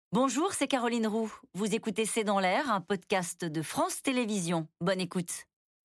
Bonjour, c'est Caroline Roux. Vous écoutez C'est dans l'air, un podcast de France Télévisions. Bonne écoute.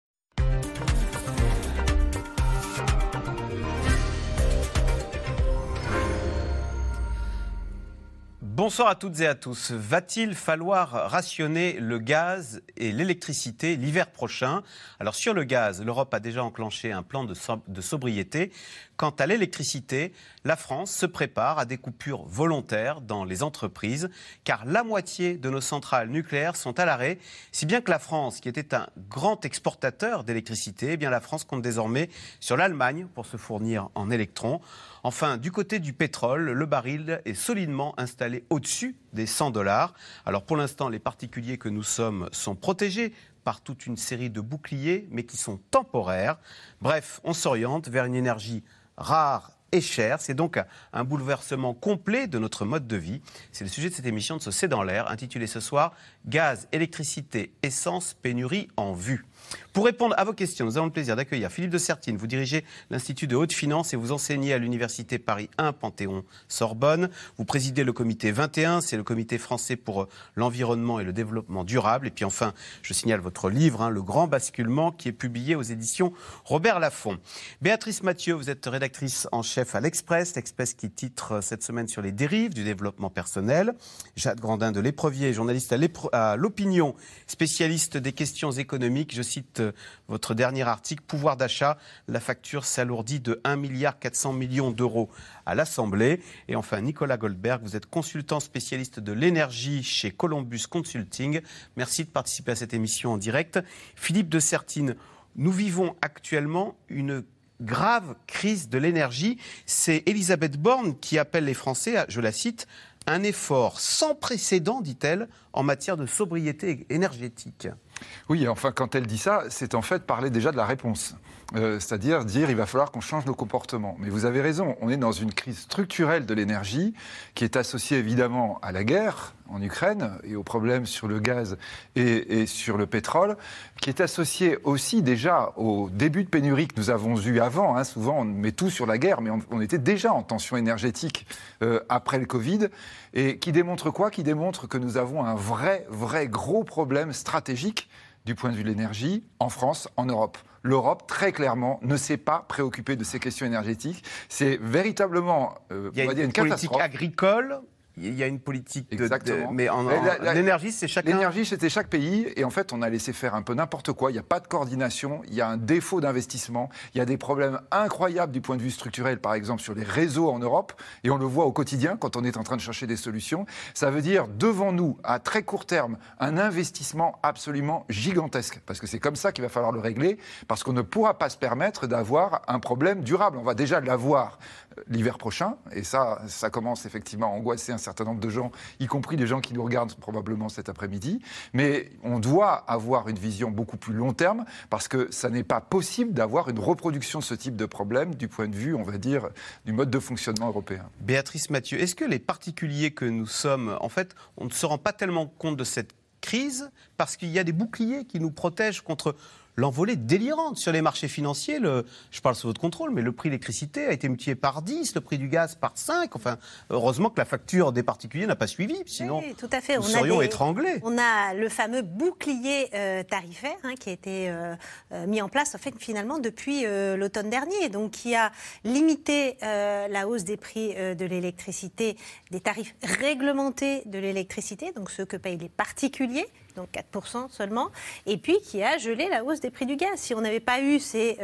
Bonsoir à toutes et à tous. Va-t-il falloir rationner le gaz et l'électricité l'hiver prochain ? Alors sur le gaz, l'Europe a déjà enclenché un plan de sobriété. Quant à l'électricité, la France se prépare à des coupures volontaires dans les entreprises, car la moitié de nos centrales nucléaires sont à l'arrêt, si bien que la France, qui était un grand exportateur d'électricité, eh bien la France compte désormais sur l'Allemagne pour se fournir en électrons. Enfin, du côté du pétrole, le baril est solidement installé au-dessus des $100. Alors pour l'instant, les particuliers que nous sommes sont protégés par toute une série de boucliers, mais qui sont temporaires. Bref, on s'oriente vers une énergie rare et chère. C'est donc un bouleversement complet de notre mode de vie. C'est le sujet de cette émission de ce C'est dans l'air, intitulée ce soir « Gaz, électricité, essence, pénurie en vue ». Pour répondre à vos questions, nous avons le plaisir d'accueillir Philippe de Sertine. Vous dirigez l'Institut de haute finance et vous enseignez à l'Université Paris 1 Panthéon-Sorbonne. Vous présidez le comité 21, c'est le comité français pour l'environnement et le développement durable. Et puis enfin, je signale votre livre, Le Grand Basculement, qui est publié aux éditions Robert Laffont. Béatrice Mathieu, vous êtes rédactrice en chef à l'Express qui titre cette semaine sur les dérives du développement personnel. Jade Grandin de l'Éprevier, journaliste à l'Opinion, spécialiste des questions économiques. Je cite votre dernier article, pouvoir d'achat, la facture s'alourdit de 1,4 milliard d'euros à l'Assemblée. Et enfin, Nicolas Goldberg, vous êtes consultant spécialiste de l'énergie chez Columbus Consulting. Merci de participer à cette émission en direct. Philippe de Sertine, nous vivons actuellement une grave crise de l'énergie. C'est Elisabeth Borne qui appelle les Français à, je la cite, un effort sans précédent, dit-elle, en matière de sobriété énergétique. Oui, enfin, quand elle dit ça, c'est en fait parler déjà de la réponse. C'est-à-dire dire il va falloir qu'on change nos comportements. Mais vous avez raison, on est dans une crise structurelle de l'énergie qui est associée évidemment à la guerre en Ukraine et aux problèmes sur le gaz et sur le pétrole, qui est associée aussi déjà au début de pénurie que nous avons eu avant. Souvent, on met tout sur la guerre, mais on était déjà en tension énergétique après le Covid. Et qui démontre quoi ? Qui démontre que nous avons un vrai gros problème stratégique du point de vue de l'énergie en France, en Europe. L'Europe, très clairement, ne s'est pas préoccupée de ces questions énergétiques. C'est véritablement il y a une politique agricole. Il y a une politique mais l'énergie, c'est chacun. L'énergie, c'était chaque pays. Et en fait, on a laissé faire un peu n'importe quoi. Il n'y a pas de coordination. Il y a un défaut d'investissement. Il y a des problèmes incroyables du point de vue structurel, par exemple, sur les réseaux en Europe. Et on le voit au quotidien quand on est en train de chercher des solutions. Ça veut dire, devant nous, à très court terme, un investissement absolument gigantesque. Parce que c'est comme ça qu'il va falloir le régler. Parce qu'on ne pourra pas se permettre d'avoir un problème durable. On va déjà l'avoir l'hiver prochain. Et ça commence effectivement à angoisser un certain nombre de gens, y compris les gens qui nous regardent probablement cet après-midi. Mais on doit avoir une vision beaucoup plus long terme parce que ça n'est pas possible d'avoir une reproduction de ce type de problème du point de vue, on va dire, du mode de fonctionnement européen. Béatrice Mathieu, est-ce que les particuliers que nous sommes, en fait, on ne se rend pas tellement compte de cette crise parce qu'il y a des boucliers qui nous protègent contre l'envolée délirante sur les marchés financiers. Je parle sous votre contrôle, mais le prix de l'électricité a été multiplié par 10, le prix du gaz par 5. Enfin, heureusement que la facture des particuliers n'a pas suivi, sinon oui, tout à fait. Nous serions étranglés. On a le fameux bouclier tarifaire qui a été mis en place en fait, finalement depuis l'automne dernier, donc qui a limité la hausse des prix de l'électricité, des tarifs réglementés de l'électricité, donc ceux que payent les particuliers, donc 4% seulement, et puis qui a gelé la hausse des prix du gaz. Si on n'avait pas eu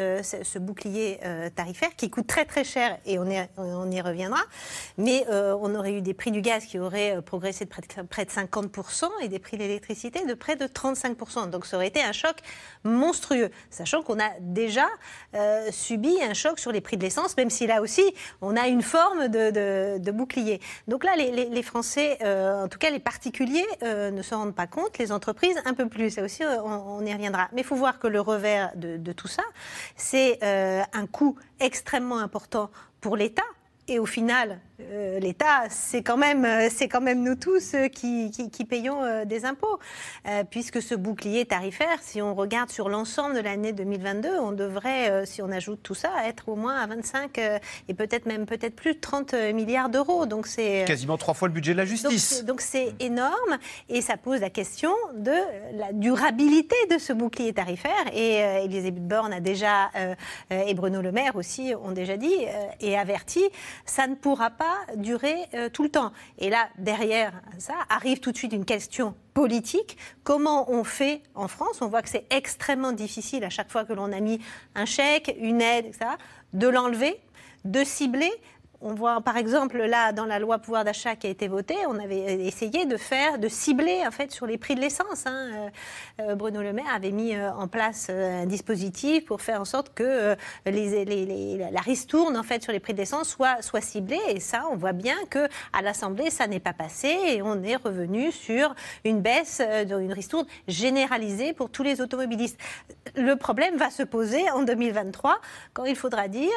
ce bouclier tarifaire qui coûte très très cher, et on y reviendra, mais on aurait eu des prix du gaz qui auraient progressé de près de 50% et des prix de l'électricité de près de 35%. Donc ça aurait été un choc monstrueux, sachant qu'on a déjà subi un choc sur les prix de l'essence, même si là aussi on a une forme de bouclier. Donc là, les Français, en tout cas les particuliers, ne se rendent pas compte, les entreprises un peu plus, ça aussi on y reviendra. Mais il faut voir que le revers de tout ça, c'est un coût extrêmement important pour l'État et au final l'État, c'est quand même nous tous qui payons des impôts. Puisque ce bouclier tarifaire, si on regarde sur l'ensemble de l'année 2022, on devrait, si on ajoute tout ça, être au moins à 25 et peut-être plus 30 milliards d'euros. Donc c'est quasiment 3 fois le budget de la justice. Donc c'est énorme et ça pose la question de la durabilité de ce bouclier tarifaire. Et Élisabeth Borne a déjà, et Bruno Le Maire aussi ont déjà dit et averti, ça ne pourra pas durer tout le temps. Et là, derrière ça, arrive tout de suite une question politique. Comment on fait en France? On voit que c'est extrêmement difficile à chaque fois que l'on a mis un chèque, une aide, etc., de l'enlever, de cibler. On voit par exemple là dans la loi pouvoir d'achat qui a été votée, on avait essayé de cibler en fait sur les prix de l'essence. Bruno Le Maire avait mis en place un dispositif pour faire en sorte que la ristourne en fait sur les prix de l'essence soit ciblée. Et ça, on voit bien que à l'Assemblée ça n'est pas passé et on est revenu sur une baisse, une ristourne généralisée pour tous les automobilistes. Le problème va se poser en 2023 quand il faudra dire,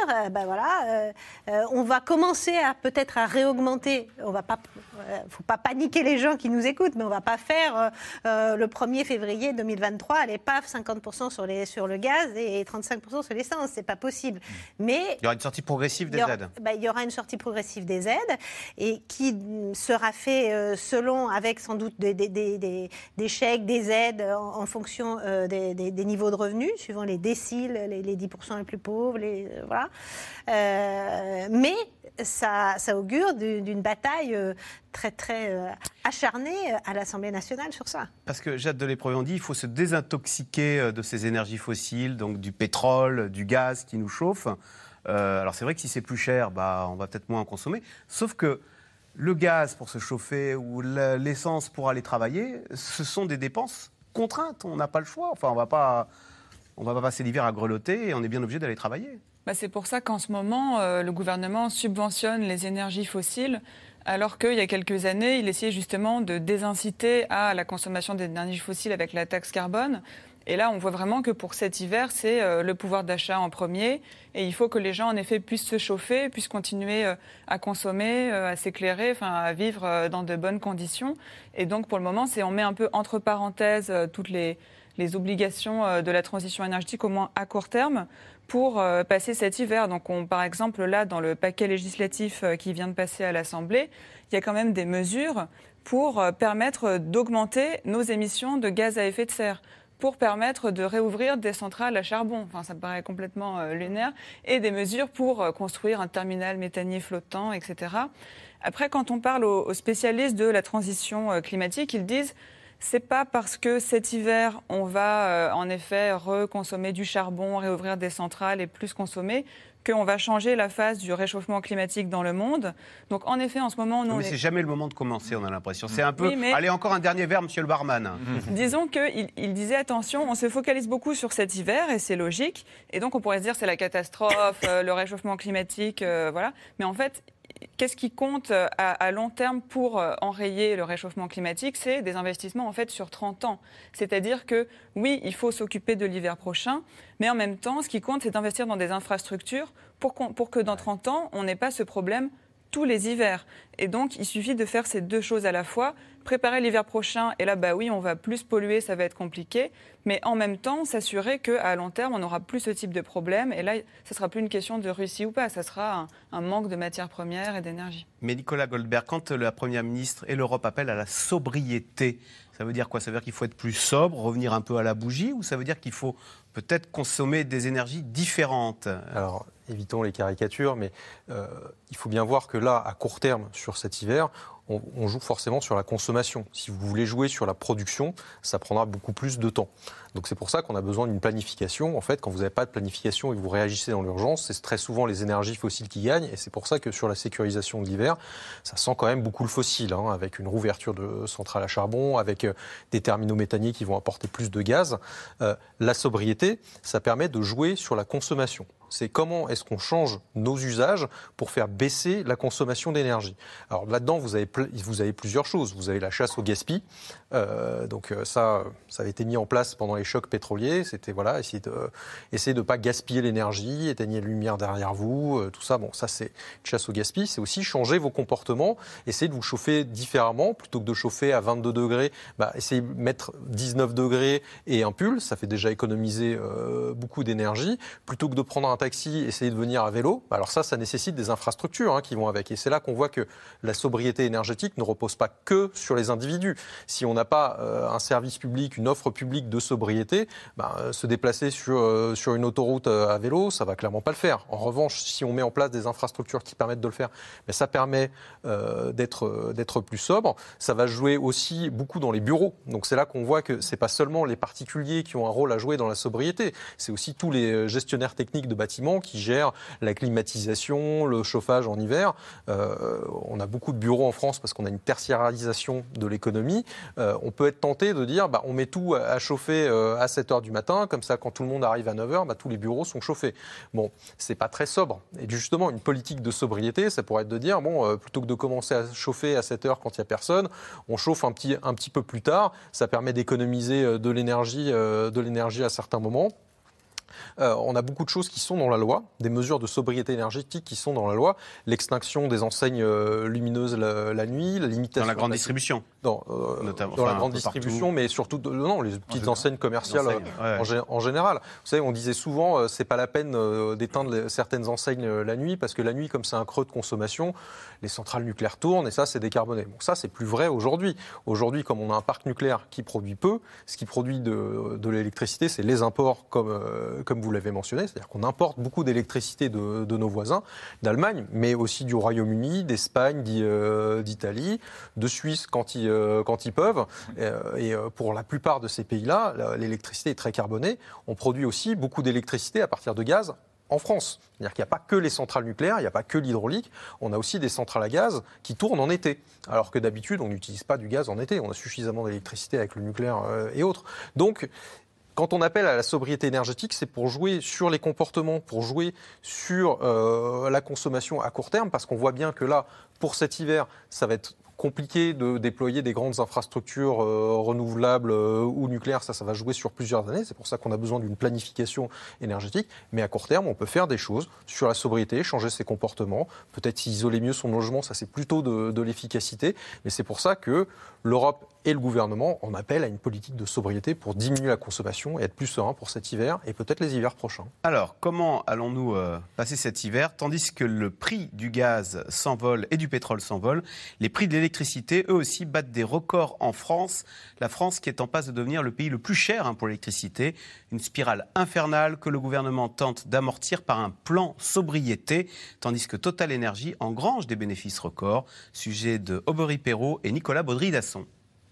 on va commencer peut-être à réaugmenter. Faut pas paniquer les gens qui nous écoutent, mais on va pas faire le 1er février 2023, allez paf, 50% sur le gaz et 35% sur l'essence. C'est pas possible. Mais il y aura une sortie progressive des aides. Il y aura une sortie progressive des aides et qui sera fait avec sans doute des chèques, des aides en fonction des niveaux de revenus, suivant les déciles, les 10% les plus pauvres, voilà. Mais ça augure d'une bataille très très acharnée à l'Assemblée nationale sur ça. Parce que Jade Delépreux dit il faut se désintoxiquer de ces énergies fossiles, donc du pétrole, du gaz qui nous chauffe. Alors c'est vrai que si c'est plus cher, on va peut-être moins en consommer. Sauf que le gaz pour se chauffer ou l'essence pour aller travailler, ce sont des dépenses contraintes. On n'a pas le choix. Enfin, on va pas passer l'hiver à grelotter et on est bien obligé d'aller travailler. C'est pour ça qu'en ce moment, le gouvernement subventionne les énergies fossiles, alors qu'il y a quelques années, il essayait justement de désinciter à la consommation d'énergie fossile avec la taxe carbone. Et là, on voit vraiment que pour cet hiver, c'est le pouvoir d'achat en premier. Et il faut que les gens, en effet, puissent se chauffer, puissent continuer à consommer, à s'éclairer, à vivre dans de bonnes conditions. Et donc, pour le moment, on met un peu entre parenthèses toutes les obligations de la transition énergétique, au moins à court terme, pour passer cet hiver. Donc, par exemple, là, dans le paquet législatif qui vient de passer à l'Assemblée, il y a quand même des mesures pour permettre d'augmenter nos émissions de gaz à effet de serre, pour permettre de réouvrir des centrales à charbon. Ça me paraît complètement lunaire. Et des mesures pour construire un terminal méthanier flottant, etc. Après, quand on parle aux spécialistes de la transition climatique, ils disent c'est pas parce que cet hiver, on va en effet reconsommer du charbon, réouvrir des centrales et plus consommer, qu'on va changer la phase du réchauffement climatique dans le monde. Donc en effet, en ce moment... Mais c'est jamais le moment de commencer, on a l'impression. C'est un peu... Allez, encore un dernier verre, monsieur le barman. Disons qu'il disait, attention, on se focalise beaucoup sur cet hiver, et c'est logique. Et donc on pourrait se dire c'est la catastrophe, le réchauffement climatique, voilà. Mais en fait... Qu'est-ce qui compte à long terme pour enrayer le réchauffement climatique? C'est des investissements en fait sur 30 ans. C'est-à-dire que oui, il faut s'occuper de l'hiver prochain, mais en même temps, ce qui compte, c'est d'investir dans des infrastructures pour que dans 30 ans, on n'ait pas ce problème tous les hivers. Et donc, il suffit de faire ces deux choses à la fois. Préparer l'hiver prochain, et là, oui, on va plus polluer, ça va être compliqué. Mais en même temps, s'assurer qu'à long terme, on n'aura plus ce type de problème. Et là, ça ne sera plus une question de Russie ou pas. Ça sera un manque de matières premières et d'énergie. Mais Nicolas Goldberg, quand la Première ministre et l'Europe appellent à la sobriété, ça veut dire quoi? Ça veut dire qu'il faut être plus sobre, revenir un peu à la bougie, ou ça veut dire qu'il faut peut-être consommer des énergies différentes? Alors, évitons les caricatures, mais il faut bien voir que là, à court terme, sur cet hiver, on joue forcément sur la consommation. Si vous voulez jouer sur la production, ça prendra beaucoup plus de temps. Donc c'est pour ça qu'on a besoin d'une planification. En fait, quand vous n'avez pas de planification et que vous réagissez dans l'urgence, c'est très souvent les énergies fossiles qui gagnent. Et c'est pour ça que sur la sécurisation de l'hiver, ça sent quand même beaucoup le fossile, avec une rouverture de centrales à charbon, avec des terminaux méthaniers qui vont apporter plus de gaz. La sobriété, ça permet de jouer sur la consommation. C'est comment est-ce qu'on change nos usages pour faire baisser la consommation d'énergie. Alors là-dedans, vous avez plein vous avez plusieurs choses. Vous avez la chasse au gaspillage. Donc ça avait été mis en place pendant les chocs pétroliers. C'était essayer de pas gaspiller l'énergie, éteigner la lumière derrière vous, tout ça. Bon, ça c'est une chasse au gaspillage. C'est aussi changer vos comportements, essayer de vous chauffer différemment plutôt que de chauffer à 22 degrés. Essayez de mettre 19 degrés et un pull. Ça fait déjà économiser beaucoup d'énergie. Plutôt que de prendre un taxi, essayez de venir à vélo. Alors ça nécessite des infrastructures qui vont avec. Et c'est là qu'on voit que la sobriété énergétique ne repose pas que sur les individus. Si on n'a pas un service public, une offre publique de sobriété, se déplacer sur une autoroute à vélo, ça va clairement pas le faire. En revanche, si on met en place des infrastructures qui permettent de le faire, ça permet d'être plus sobre. Ça va jouer aussi beaucoup dans les bureaux. Donc c'est là qu'on voit que c'est pas seulement les particuliers qui ont un rôle à jouer dans la sobriété, c'est aussi tous les gestionnaires techniques de bâtiments qui gèrent la climatisation, le chauffage en hiver. On a beaucoup de bureaux en France parce qu'on a une tertiarisation de l'économie. On peut être tenté de dire on met tout à chauffer à 7h du matin, comme ça quand tout le monde arrive à 9h, tous les bureaux sont chauffés. Bon, c'est pas très sobre. Et justement, une politique de sobriété, ça pourrait être de dire plutôt que de commencer à chauffer à 7h quand il n'y a personne, on chauffe un petit peu plus tard. Ça permet d'économiser de l'énergie à certains moments. On a beaucoup de choses qui sont dans la loi, des mesures de sobriété énergétique qui sont dans la loi, l'extinction des enseignes lumineuses la nuit, la limitation... Dans la grande distribution notamment, dans la grande distribution, mais surtout les petites enseignes commerciales en général. Vous savez, on disait souvent, c'est pas la peine d'éteindre certaines enseignes la nuit, parce que la nuit, comme c'est un creux de consommation, les centrales nucléaires tournent et ça, c'est décarboné. Bon, ça, c'est plus vrai aujourd'hui. Aujourd'hui, comme on a un parc nucléaire qui produit peu, ce qui produit de l'électricité, c'est les imports, comme vous l'avez mentionné, c'est-à-dire qu'on importe beaucoup d'électricité de nos voisins, d'Allemagne, mais aussi du Royaume-Uni, d'Espagne, d'Italie, de Suisse quand ils peuvent. Et pour la plupart de ces pays-là, l'électricité est très carbonée. On produit aussi beaucoup d'électricité à partir de gaz en France. C'est-à-dire qu'il n'y a pas que les centrales nucléaires, il n'y a pas que l'hydraulique, on a aussi des centrales à gaz qui tournent en été. Alors que d'habitude, on n'utilise pas du gaz en été, on a suffisamment d'électricité avec le nucléaire et autres. Donc, quand on appelle à la sobriété énergétique, c'est pour jouer sur les comportements, pour jouer sur la consommation à court terme, parce qu'on voit bien que là, pour cet hiver, ça va être compliqué de déployer des grandes infrastructures renouvelables ou nucléaires, ça va jouer sur plusieurs années. C'est pour ça qu'on a besoin d'une planification énergétique. Mais à court terme, on peut faire des choses sur la sobriété, changer ses comportements, peut-être isoler mieux son logement, ça c'est plutôt de l'efficacité. Mais c'est pour ça que l'Europe et le gouvernement en appellent à une politique de sobriété pour diminuer la consommation et être plus serein pour cet hiver et peut-être les hivers prochains. Alors, comment allons-nous passer cet hiver? Tandis que le prix du gaz s'envole et du pétrole s'envole, les prix de l'électricité, eux aussi, battent des records en France. La France qui est en passe de devenir le pays le plus cher pour l'électricité. Une spirale infernale que le gouvernement tente d'amortir par un plan sobriété, tandis que Total Energy engrange des bénéfices records. Sujet de Aubery Perrault et Nicolas Baudry-Dasson.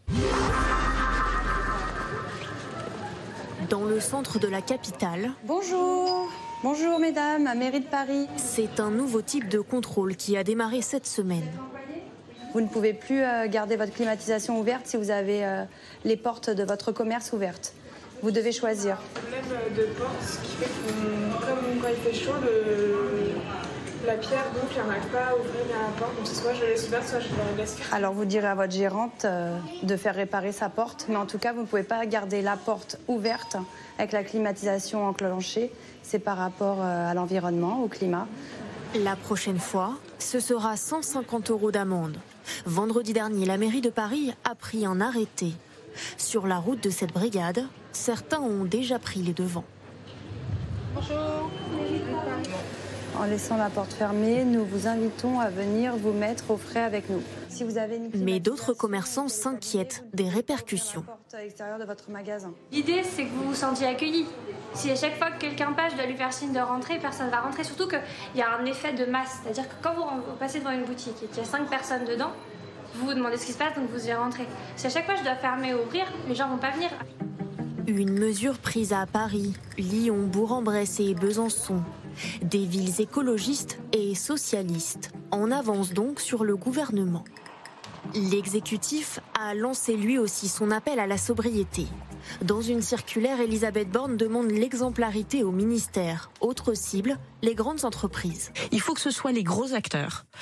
Dans le centre de la capitale. Bonjour. Bonjour mesdames, mairie de Paris. C'est un nouveau type de contrôle qui a démarré cette semaine. Vous ne pouvez plus garder votre climatisation ouverte si vous avez les portes de votre commerce ouvertes. Vous devez choisir. Le problème de porte, ce qui fait que comme quand il fait chaud, la pierre gonfle, on n'arrive pas à ouvrir la porte. Donc c'est soit je la laisse ouverte, soit je la laisse fermée. Alors vous direz à votre gérante de faire réparer sa porte, mais en tout cas vous ne pouvez pas garder la porte ouverte avec la climatisation enclenchée. C'est par rapport à l'environnement, au climat. La prochaine fois, ce sera 150 € d'amende. Vendredi dernier, la mairie de Paris a pris un arrêté. Sur la route de cette brigade, certains ont déjà pris les devants. Bonjour. En laissant la porte fermée, nous vous invitons à venir vous mettre au frais avec nous. Si vous avez une mais d'autres commerçants s'inquiètent des répercussions. De votre magasin. L'idée, c'est que vous vous sentiez accueillis. Si à chaque fois que quelqu'un passe, je dois lui faire signe de rentrer, personne ne va rentrer. Surtout qu'il y a un effet de masse. C'est-à-dire que quand vous passez devant une boutique et qu'il y a 5 personnes dedans, vous vous demandez ce qui se passe, donc vous y rentrez. Si à chaque fois je dois fermer ou ouvrir, les gens ne vont pas venir. Une mesure prise à Paris, Lyon, Bourg-en-Bresse et Besançon. Des villes écologistes et socialistes en avance donc sur le gouvernement. L'exécutif a lancé lui aussi son appel à la sobriété. Dans une circulaire, Elisabeth Borne demande l'exemplarité au ministère. Autre cible, les grandes entreprises. Il faut que ce soit les gros acteurs.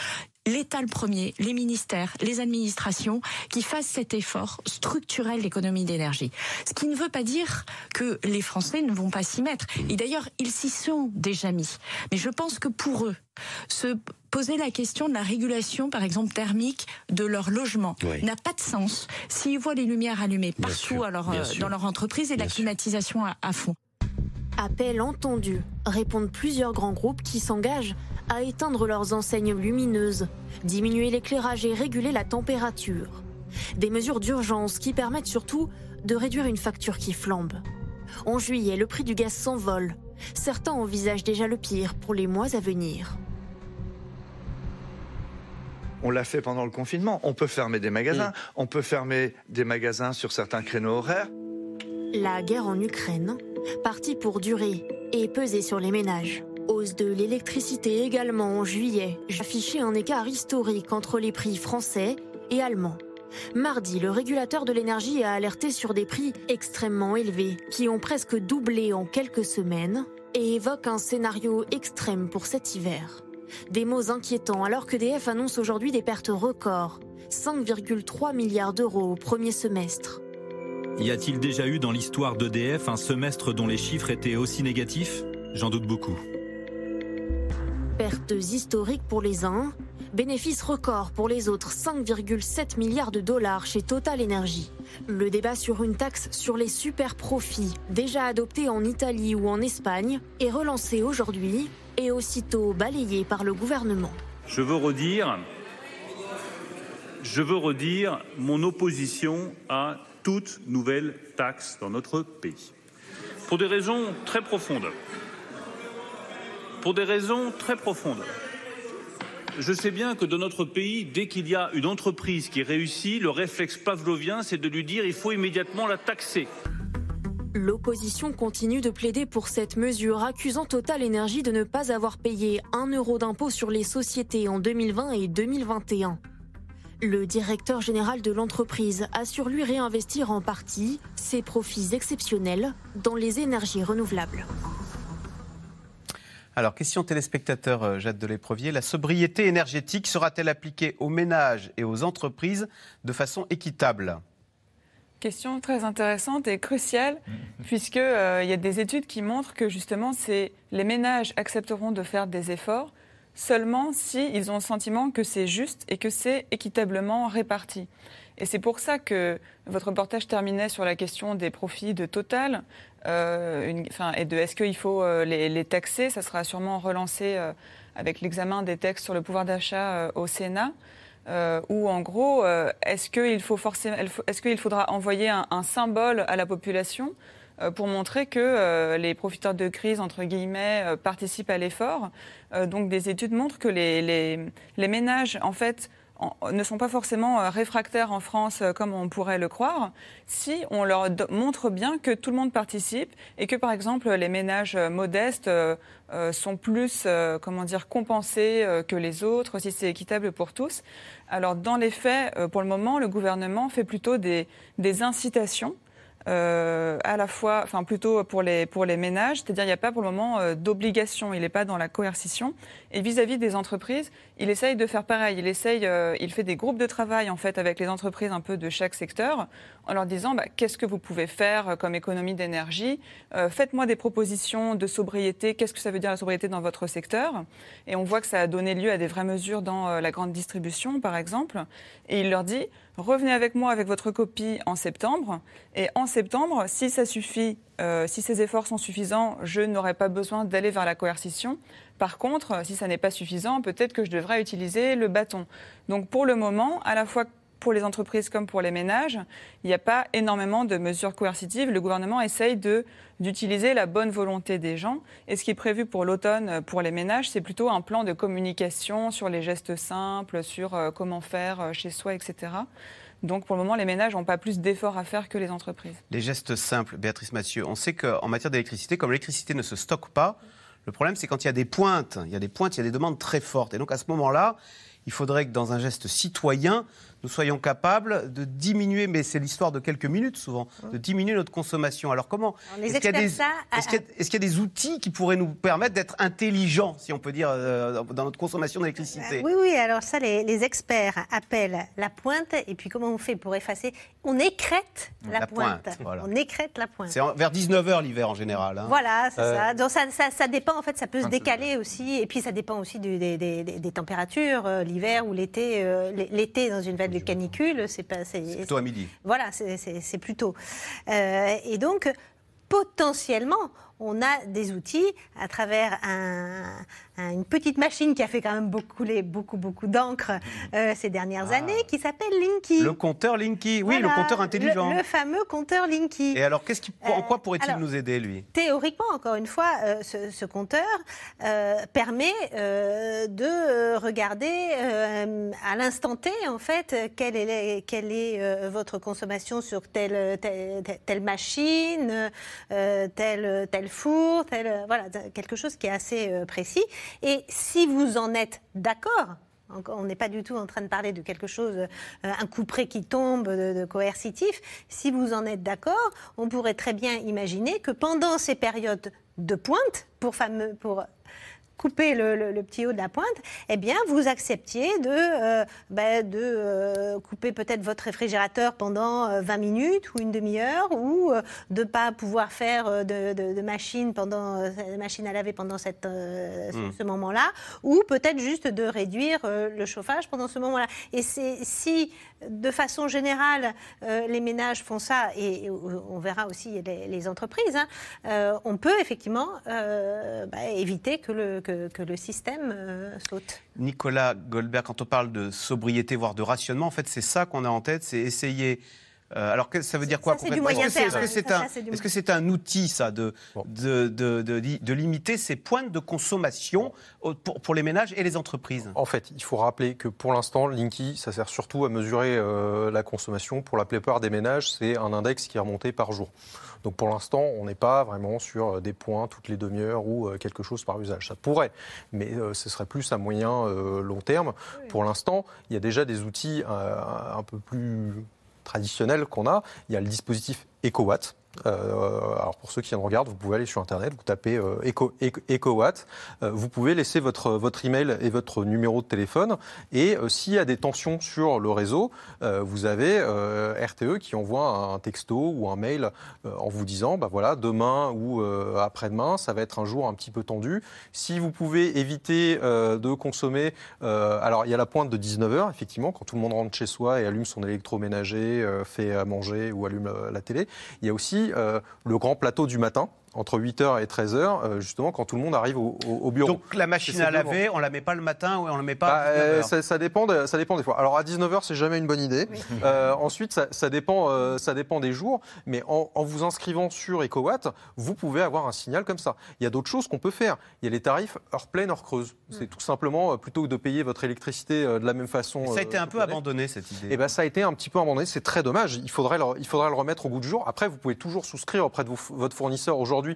l'État le premier, les ministères, les administrations, qui fassent cet effort structurel d'économie d'énergie. Ce qui ne veut pas dire que les Français ne vont pas s'y mettre. Et d'ailleurs, ils s'y sont déjà mis. Mais je pense que pour eux, se poser la question de la régulation, par exemple thermique, de leur logement, n'a pas de sens s'ils voient les lumières allumées partout dans leur entreprise et la climatisation à fond. Appel entendu, répondent plusieurs grands groupes qui s'engagent à éteindre leurs enseignes lumineuses, diminuer l'éclairage et réguler la température. Des mesures d'urgence qui permettent surtout de réduire une facture qui flambe. En juillet, le prix du gaz s'envole. Certains envisagent déjà le pire pour les mois à venir. On l'a fait pendant le confinement. On peut fermer des magasins. On peut fermer des magasins sur certains créneaux horaires. La guerre en Ukraine, partie pour durer et peser sur les ménages. Hausse de l'électricité également en juillet, affiché un écart historique entre les prix français et allemands. Mardi, le régulateur de l'énergie a alerté sur des prix extrêmement élevés, qui ont presque doublé en quelques semaines, et évoque un scénario extrême pour cet hiver. Des mots inquiétants alors qu'EDF annonce aujourd'hui des pertes records, 5,3 milliards d'euros au premier semestre. Y a-t-il déjà eu dans l'histoire d'EDF un semestre dont les chiffres étaient aussi négatifs ? J'en doute beaucoup. Pertes historiques pour les uns, bénéfices records pour les autres, 5,7 milliards de dollars chez Total Energy. Le débat sur une taxe sur les super profits, déjà adoptée en Italie ou en Espagne, est relancé aujourd'hui et aussitôt balayé par le gouvernement. Je veux redire mon opposition à toute nouvelle taxe dans notre pays. Pour des raisons très profondes. Je sais bien que dans notre pays, dès qu'il y a une entreprise qui réussit, le réflexe pavlovien, c'est de lui dire il faut immédiatement la taxer. L'opposition continue de plaider pour cette mesure, accusant Total Energy de ne pas avoir payé 1 euro d'impôt sur les sociétés en 2020 et 2021. Le directeur général de l'entreprise assure lui réinvestir en partie ses profits exceptionnels dans les énergies renouvelables. Alors, question téléspectateur, Jade de l'Éprevier. La sobriété énergétique sera-t-elle appliquée aux ménages et aux entreprises de façon équitable ? Question très intéressante et cruciale, puisqu'il y a des études qui montrent que justement, les ménages accepteront de faire des efforts seulement s'ils ont le sentiment que c'est juste et que c'est équitablement réparti. Et c'est pour ça que votre reportage terminait sur la question des profits de Total et de est-ce qu'il faut les taxer. Ça sera sûrement relancé avec l'examen des textes sur le pouvoir d'achat au Sénat. Où en gros, est-ce qu'il faudra envoyer un symbole à la population pour montrer que les profiteurs de crise, entre guillemets, participent à l'effort. Donc des études montrent que les ménages, en fait, ne sont pas forcément réfractaires en France comme on pourrait le croire, si on leur montre bien que tout le monde participe et que, par exemple, les ménages modestes sont plus compensés que les autres, si c'est équitable pour tous. Alors, dans les faits, pour le moment, le gouvernement fait plutôt des incitations. À la fois, plutôt pour les ménages, c'est-à-dire il n'y a pas pour le moment d'obligation, il n'est pas dans la coercition. Et vis-à-vis des entreprises, il essaye de faire pareil. Il fait des groupes de travail en fait avec les entreprises un peu de chaque secteur, en leur disant qu'est-ce que vous pouvez faire comme économie d'énergie, faites-moi des propositions de sobriété. Qu'est-ce que ça veut dire la sobriété dans votre secteur ? Et on voit que ça a donné lieu à des vraies mesures dans la grande distribution, par exemple. Et il leur dit revenez avec moi avec votre copie en septembre. Et en septembre, si ça suffit, si ces efforts sont suffisants, je n'aurai pas besoin d'aller vers la coercition. Par contre, si ça n'est pas suffisant, peut-être que je devrais utiliser le bâton. Donc pour le moment, à la fois pour les entreprises comme pour les ménages, il n'y a pas énormément de mesures coercitives. Le gouvernement essaye d'utiliser la bonne volonté des gens. Et ce qui est prévu pour l'automne, pour les ménages, c'est plutôt un plan de communication sur les gestes simples, sur comment faire chez soi, etc. Donc pour le moment, les ménages n'ont pas plus d'efforts à faire que les entreprises. Les gestes simples, Béatrice Mathieu, on sait qu'en matière d'électricité, comme l'électricité ne se stocke pas, le problème c'est quand il y a des pointes, il y a des demandes très fortes. Et donc à ce moment-là, il faudrait que dans un geste citoyen, nous soyons capables de diminuer, mais c'est l'histoire de quelques minutes souvent, de diminuer notre consommation. Alors comment ? Est-ce qu'il y a des outils qui pourraient nous permettre d'être intelligents, si on peut dire, dans notre consommation d'électricité ? Oui, alors ça, les experts appellent la pointe. Et puis comment on fait pour effacer ? On écrête la pointe. Voilà. On écrète la pointe. C'est vers 19h l'hiver en général. Hein. Voilà, c'est ça. Donc ça dépend, en fait, ça peut se décaler aussi. Et puis ça dépend aussi des températures, l'hiver ou l'été. L'été, dans une vague de canicule, c'est plutôt à midi. Voilà, c'est plus tôt. Et donc, potentiellement, on a des outils à travers une petite machine qui a fait quand même beaucoup d'encre ces dernières années, qui s'appelle Linky. Le compteur Linky, oui, voilà, le compteur intelligent. Le fameux compteur Linky. Et alors, en quoi pourrait-il nous aider, lui ? Théoriquement, encore une fois, ce compteur permet de regarder à l'instant T, en fait, quelle est votre consommation sur telle machine, tel four, voilà, quelque chose qui est assez précis. Et si vous en êtes d'accord, on n'est pas du tout en train de parler de quelque chose, un couperet qui tombe, de coercitif. Si vous en êtes d'accord, on pourrait très bien imaginer que pendant ces périodes de pointe, pour couper le petit haut de la pointe, eh bien, vous acceptiez de couper peut-être votre réfrigérateur pendant 20 minutes ou une demi-heure, ou de ne pas pouvoir faire de machine à laver pendant ce moment-là, ou peut-être juste de réduire le chauffage pendant ce moment-là. Et si, de façon générale, les ménages font ça, et on verra aussi les entreprises, on peut effectivement éviter que le système saute. Nicolas Goldberg, quand on parle de sobriété, voire de rationnement, en fait, c'est ça qu'on a en tête, c'est essayer... alors, ça veut dire quoi concrètement ? Est-ce que c'est un outil, ça, de limiter ces pointes de consommation pour les ménages et les entreprises ? En fait, il faut rappeler que pour l'instant, Linky, ça sert surtout à mesurer la consommation. Pour la plupart des ménages, c'est un index qui est remonté par jour. Donc pour l'instant, on n'est pas vraiment sur des points toutes les demi-heures ou quelque chose par usage. Ça pourrait, mais ce serait plus à moyen long terme. Oui. Pour l'instant, il y a déjà des outils un peu plus traditionnels qu'on a. Il y a le dispositif EcoWatt. Alors pour ceux qui en regardent, vous pouvez aller sur Internet, vous tapez EcoWatt, vous pouvez laisser votre email et votre numéro de téléphone, et s'il y a des tensions sur le réseau, vous avez RTE qui envoie un texto ou un mail en vous disant voilà, demain ou après-demain, ça va être un jour un petit peu tendu. Si vous pouvez éviter de consommer, alors il y a la pointe de 19h, effectivement, quand tout le monde rentre chez soi et allume son électroménager, fait à manger ou allume la télé. Il y a aussi le grand plateau du matin, entre 8h et 13h, justement, quand tout le monde arrive au bureau. Donc la machine à laver, on ne la met pas le matin ou on ne la met pas à 19h. Ça dépend des fois. Alors à 19h, c'est jamais une bonne idée. Oui. Ensuite, ça dépend des jours. Mais en vous inscrivant sur EcoWatt, vous pouvez avoir un signal comme ça. Il y a d'autres choses qu'on peut faire. Il y a les tarifs heure pleine, heure creuse. C'est tout simplement, plutôt que de payer votre électricité de la même façon... Ça a été un peu abandonné, cette idée. Eh ben, ça a été un petit peu abandonné. C'est très dommage. Il faudrait le remettre au goût du jour. Après, vous pouvez toujours souscrire auprès de votre fournisseur aujourd'hui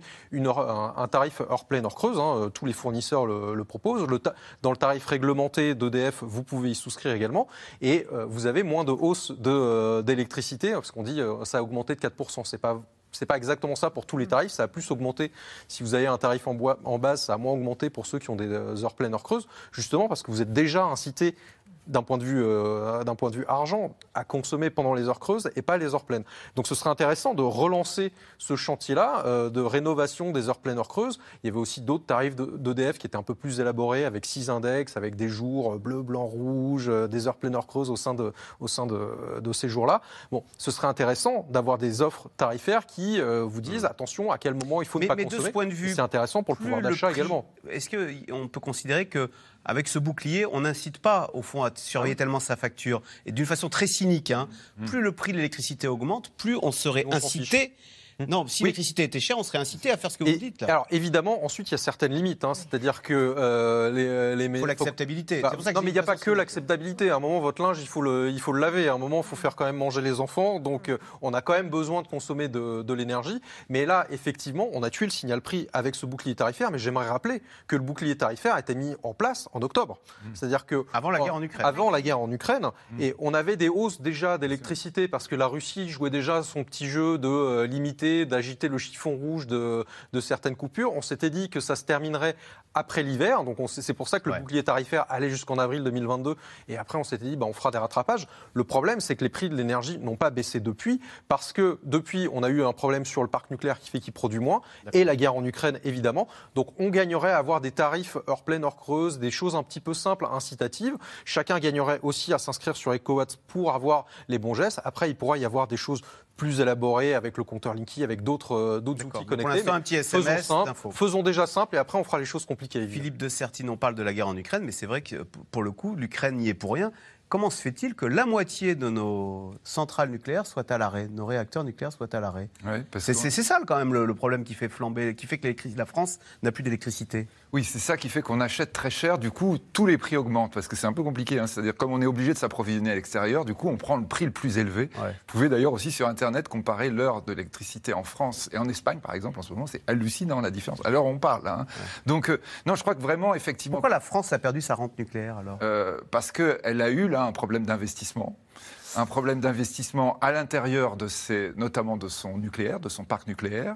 un tarif heure pleine, heure creuse. Tous les fournisseurs le proposent. Dans le tarif réglementé d'EDF, vous pouvez y souscrire également. Et vous avez moins de hausse d'électricité, parce qu'on dit ça a augmenté de 4%. C'est pas exactement ça pour tous les tarifs. Ça a plus augmenté. Si vous avez un tarif en base, ça a moins augmenté pour ceux qui ont des heures pleines, heures creuses, justement parce que vous êtes déjà incité d'un point de vue argent, à consommer pendant les heures creuses et pas les heures pleines. Donc ce serait intéressant de relancer ce chantier-là de rénovation des heures pleines, heures creuses. Il y avait aussi d'autres tarifs d'EDF qui étaient un peu plus élaborés, avec 6 index, avec des jours bleu, blanc, rouge, des heures pleines, heures creuses au sein de ces jours-là. Bon, ce serait intéressant d'avoir des offres tarifaires qui vous disent attention à quel moment il faut ne pas consommer. De ce point de vue, c'est intéressant pour le pouvoir d'achat également. Est-ce qu'on peut considérer que avec ce bouclier, on n'incite pas, au fond, à surveiller tellement sa facture. Et d'une façon très cynique, plus le prix de l'électricité augmente, plus on serait incité Non, si l'électricité était chère, on serait incité à faire ce que vous dites. Là. Alors évidemment, ensuite il y a certaines limites, c'est-à-dire que il faut l'acceptabilité. Non, mais il n'y a pas que l'acceptabilité. À un moment, votre linge, il faut le laver. À un moment, il faut faire quand même manger les enfants. Donc, on a quand même besoin de consommer de l'énergie. Mais là, effectivement, on a tué le signal prix avec ce bouclier tarifaire. Mais j'aimerais rappeler que le bouclier tarifaire a été mis en place en octobre. C'est-à-dire que avant la guerre en Ukraine. Avant la guerre en Ukraine, et on avait des hausses déjà d'électricité parce que la Russie jouait déjà son petit jeu de limiter, d'agiter le chiffon rouge de certaines coupures. On s'était dit que ça se terminerait après l'hiver, donc c'est pour ça que le bouclier tarifaire allait jusqu'en avril 2022, et après on s'était dit on fera des rattrapages. Le problème, c'est que les prix de l'énergie n'ont pas baissé depuis, parce que depuis on a eu un problème sur le parc nucléaire qui fait qu'il produit moins, et la guerre en Ukraine évidemment, donc on gagnerait à avoir des tarifs heure pleine, heure creuse, des choses un petit peu simples, incitatives. Chacun gagnerait aussi à s'inscrire sur EcoWatt pour avoir les bons gestes. Après il pourra y avoir des choses plus élaborées avec le compteur Linky, avec d'autres outils connectés. Pour l'instant, un petit SMS d'info. Faisons déjà simple, et après on fera les choses compliquées. Philippe de Sertine, on parle de la guerre en Ukraine, mais c'est vrai que pour le coup, l'Ukraine n'y est pour rien. Comment se fait-il que la moitié de nos centrales nucléaires soient à l'arrêt, nos réacteurs nucléaires soient à l'arrêt? C'est ça quand même le problème qui fait flamber, qui fait que la France n'a plus d'électricité. Oui, c'est ça qui fait qu'on achète très cher. Du coup, tous les prix augmentent parce que c'est un peu compliqué. C'est-à-dire, comme on est obligé de s'approvisionner à l'extérieur, du coup, on prend le prix le plus élevé. Vous pouvez d'ailleurs aussi sur Internet comparer l'heure de l'électricité en France et en Espagne, par exemple, en ce moment. C'est hallucinant la différence. À l'heure où on parle. Donc, non, je crois que vraiment, effectivement. Pourquoi la France a perdu sa rente nucléaire alors? Parce qu'elle a eu là un problème d'investissement. Un problème d'investissement à l'intérieur notamment de son nucléaire, de son parc nucléaire.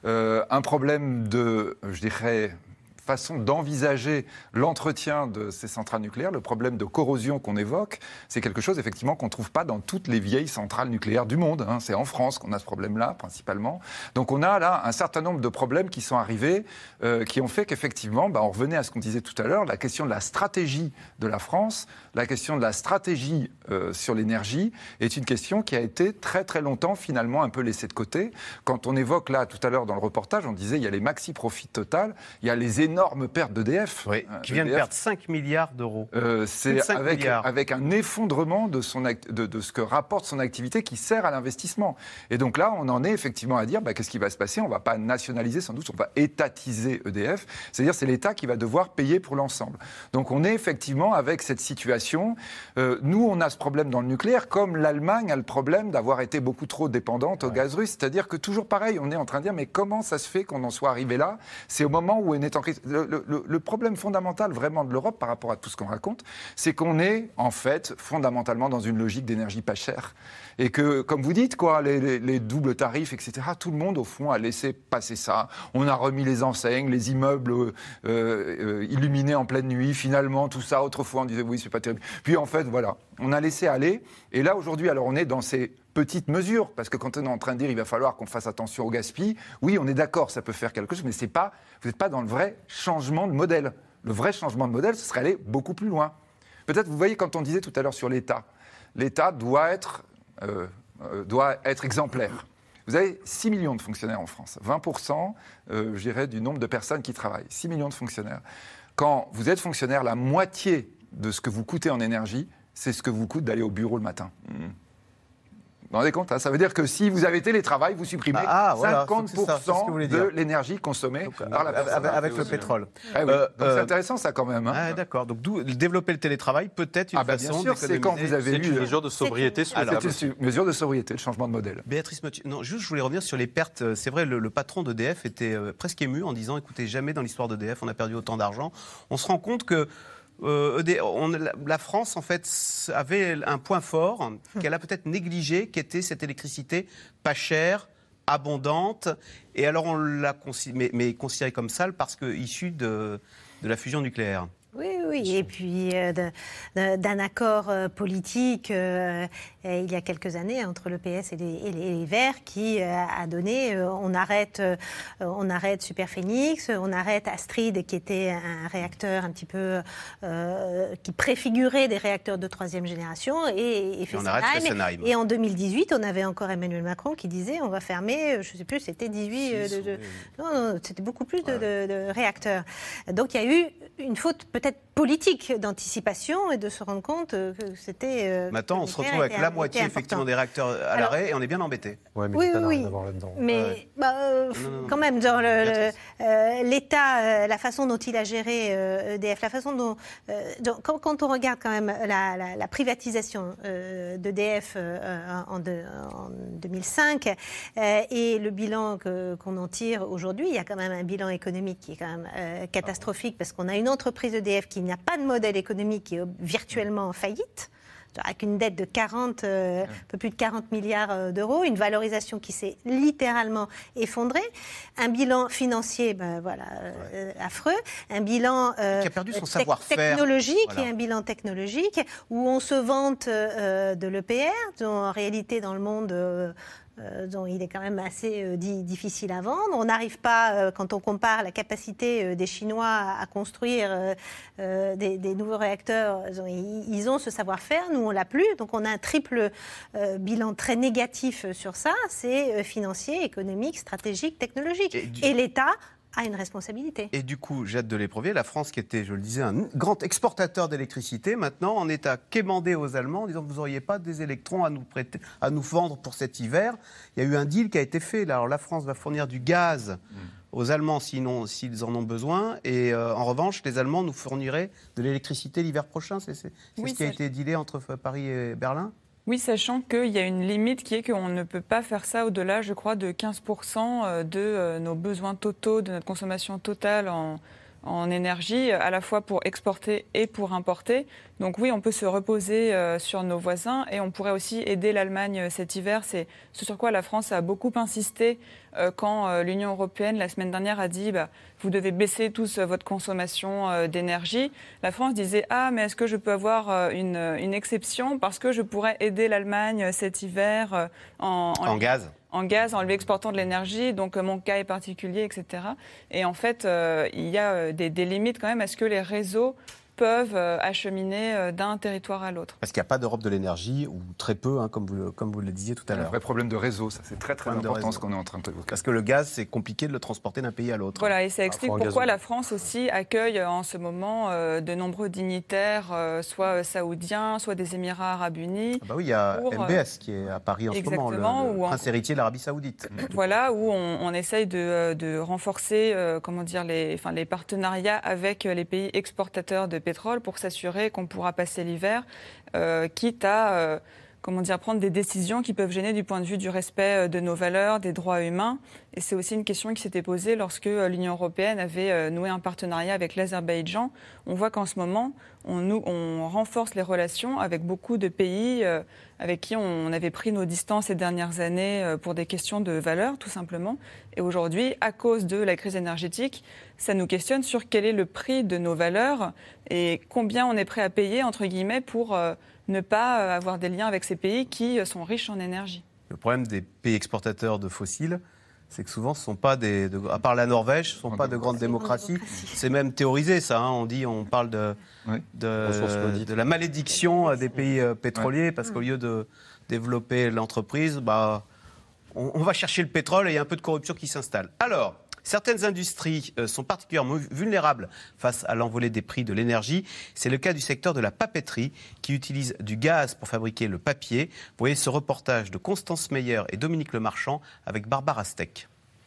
Un problème de, je dirais, façon d'envisager l'entretien de ces centrales nucléaires. Le problème de corrosion qu'on évoque, c'est quelque chose effectivement qu'on ne trouve pas dans toutes les vieilles centrales nucléaires du monde. C'est en France qu'on a ce problème-là principalement. Donc on a là un certain nombre de problèmes qui sont arrivés, qui ont fait qu'effectivement, on revenait à ce qu'on disait tout à l'heure, la question de la stratégie de la France, la question de la stratégie sur l'énergie est une question qui a été très très longtemps finalement un peu laissée de côté. Quand on évoque là tout à l'heure dans le reportage, on disait il y a les maxi-profits Total, il y a les énormes pertes d'EDF. Qui vient de perdre 5 milliards d'euros. C'est avec un effondrement de ce que rapporte son activité qui sert à l'investissement. Et donc là, on en est effectivement à dire, qu'est-ce qui va se passer? On ne va pas nationaliser sans doute, on va étatiser EDF. C'est-à-dire c'est l'État qui va devoir payer pour l'ensemble. Donc on est effectivement avec cette situation. Nous, on a ce problème dans le nucléaire, comme l'Allemagne a le problème d'avoir été beaucoup trop dépendante au gaz russe. C'est-à-dire que toujours pareil, on est en train de dire, mais comment ça se fait qu'on en soit arrivé là? C'est au moment où on est en crise. Le problème fondamental vraiment de l'Europe par rapport à tout ce qu'on raconte, c'est qu'on est en fait fondamentalement dans une logique d'énergie pas chère. Et que, comme vous dites, les doubles tarifs, etc., tout le monde au fond a laissé passer ça. On a remis les enseignes, les immeubles illuminés en pleine nuit. Finalement, tout ça, autrefois on disait oui, c'est pas terrible. Puis en fait, voilà, on a laissé aller. Et là aujourd'hui, alors on est dans ces petites mesures, parce que quand on est en train de dire il va falloir qu'on fasse attention au gaspillage, oui, on est d'accord, ça peut faire quelque chose, mais vous n'êtes pas dans le vrai changement de modèle. Le vrai changement de modèle, ce serait aller beaucoup plus loin. Peut-être, vous voyez, quand on disait tout à l'heure sur l'État, l'État doit être exemplaire. Vous avez 6 millions de fonctionnaires en France, 20%, je dirais, du nombre de personnes qui travaillent, 6 millions de fonctionnaires. Quand vous êtes fonctionnaire, la moitié de ce que vous coûtez en énergie, c'est ce que vous coûte d'aller au bureau le matin. Vous vous rendez compte, ça veut dire que si vous avez télétravail, vous supprimez 50% de l'énergie consommée par la personne. Avec le pétrole. Donc c'est intéressant ça quand même. D'accord, donc développer le télétravail peut-être une façon bien sûr, c'est quand vous avez une mesure de sobriété. C'est une mesure de sobriété, le changement de modèle. Béatrice Mottier, non, juste je voulais revenir sur les pertes. C'est vrai, le patron d'EDF était presque ému en disant, écoutez, jamais dans l'histoire d'EDF on a perdu autant d'argent. On se rend compte que la France, en fait, avait un point fort qu'elle a peut-être négligé, qui était cette électricité pas chère, abondante. Et alors, on l'a considérée comme sale parce qu'issue de la fusion nucléaire. Oui, et puis d'un accord politique il y a quelques années entre le PS et les Verts qui a donné on arrête Superphénix, on arrête Astrid qui était un réacteur un petit peu qui préfigurait des réacteurs de troisième génération et Fessenheim. Et en 2018, on avait encore Emmanuel Macron qui disait on va fermer, je ne sais plus, c'était 18, non, c'était beaucoup plus de réacteurs. Donc il y a eu une faute peut-être politique d'anticipation et de se rendre compte que c'était... Maintenant, on se retrouve avec la moitié effectivement des réacteurs à l'arrêt et on est bien embêté. Ouais, mais oui, l'État n'a oui. rien à voir là-dedans. Mais quand même, dans l'État, la façon dont il a géré EDF, la façon dont... quand on regarde quand même la privatisation d'EDF en 2005 et le bilan qu'on en tire aujourd'hui, il y a quand même un bilan économique qui est quand même catastrophique parce qu'on a une entreprise EDF qui n'a pas de modèle économique, qui est virtuellement en faillite, avec une dette de un peu plus de 40 milliards d'euros, une valorisation qui s'est littéralement effondrée, un bilan financier affreux, un bilan qui a perdu son savoir-faire, technologique voilà. Et un bilan technologique où on se vante de l'EPR, dont en réalité dans le monde... dont il est quand même assez difficile à vendre. On n'arrive pas, quand on compare la capacité des Chinois à construire des nouveaux réacteurs, ils ont ce savoir-faire, nous on l'a plus, donc on a un triple bilan très négatif sur ça, c'est financier, économique, stratégique, technologique. Et l'État a une responsabilité. Et du coup, Jade de l'Éprevier, la France qui était, je le disais, un grand exportateur d'électricité, maintenant en est à quémander aux Allemands en disant que vous n'auriez pas des électrons à nous vendre pour cet hiver. Il y a eu un deal qui a été fait. Là, alors la France va fournir du gaz aux Allemands s'ils en ont besoin. Et en revanche, les Allemands nous fourniraient de l'électricité l'hiver prochain. C'est ce qui a été dealé entre Paris et Berlin ? Oui, sachant qu'il y a une limite qui est qu'on ne peut pas faire ça au-delà, je crois, de 15% de nos besoins totaux, de notre consommation totale en énergie, à la fois pour exporter et pour importer. Donc oui, on peut se reposer sur nos voisins et on pourrait aussi aider l'Allemagne cet hiver. C'est ce sur quoi la France a beaucoup insisté quand l'Union européenne, la semaine dernière, a dit vous devez baisser tous votre consommation d'énergie. La France disait mais est-ce que je peux avoir une exception parce que je pourrais aider l'Allemagne cet hiver en gaz en lui exportant de l'énergie, donc mon cas est particulier, etc. Et en fait, il y a des limites quand même à ce que les réseaux peuvent acheminer d'un territoire à l'autre. Parce qu'il n'y a pas d'Europe de l'énergie, ou très peu, comme vous le disiez tout à l'heure. Un vrai problème de réseau, ça c'est très important ce qu'on est en train de évoquer. Parce que le gaz, c'est compliqué de le transporter d'un pays à l'autre. Voilà, et ça explique pourquoi la France aussi accueille en ce moment de nombreux dignitaires, soit saoudiens, soit des Émirats arabes unis. Oui, il y a MBS qui est à Paris en ce moment, le prince héritier de l'Arabie saoudite. Voilà, où on essaye de renforcer les partenariats avec les pays exportateurs de pétrole pour s'assurer qu'on pourra passer l'hiver, quitte à prendre des décisions qui peuvent gêner du point de vue du respect de nos valeurs, des droits humains. Et c'est aussi une question qui s'était posée lorsque l'Union européenne avait noué un partenariat avec l'Azerbaïdjan. On voit qu'en ce moment, on renforce les relations avec beaucoup de pays avec qui on avait pris nos distances ces dernières années pour des questions de valeurs, tout simplement. Et aujourd'hui, à cause de la crise énergétique, ça nous questionne sur quel est le prix de nos valeurs et combien on est prêt à payer, entre guillemets, pour ne pas avoir des liens avec ces pays qui sont riches en énergie. Le problème des pays exportateurs de fossiles, c'est que souvent, ce ne sont pas à part la Norvège, ce ne sont pas de grandes démocraties. C'est même théorisé, ça. On parle de la malédiction des pays pétroliers, parce qu'au lieu de développer l'entreprise, on va chercher le pétrole et il y a un peu de corruption qui s'installe. Alors, certaines industries sont particulièrement vulnérables face à l'envolée des prix de l'énergie. C'est le cas du secteur de la papeterie qui utilise du gaz pour fabriquer le papier. Vous voyez ce reportage de Constance Meyer et Dominique Lemarchand avec Barbara Steck.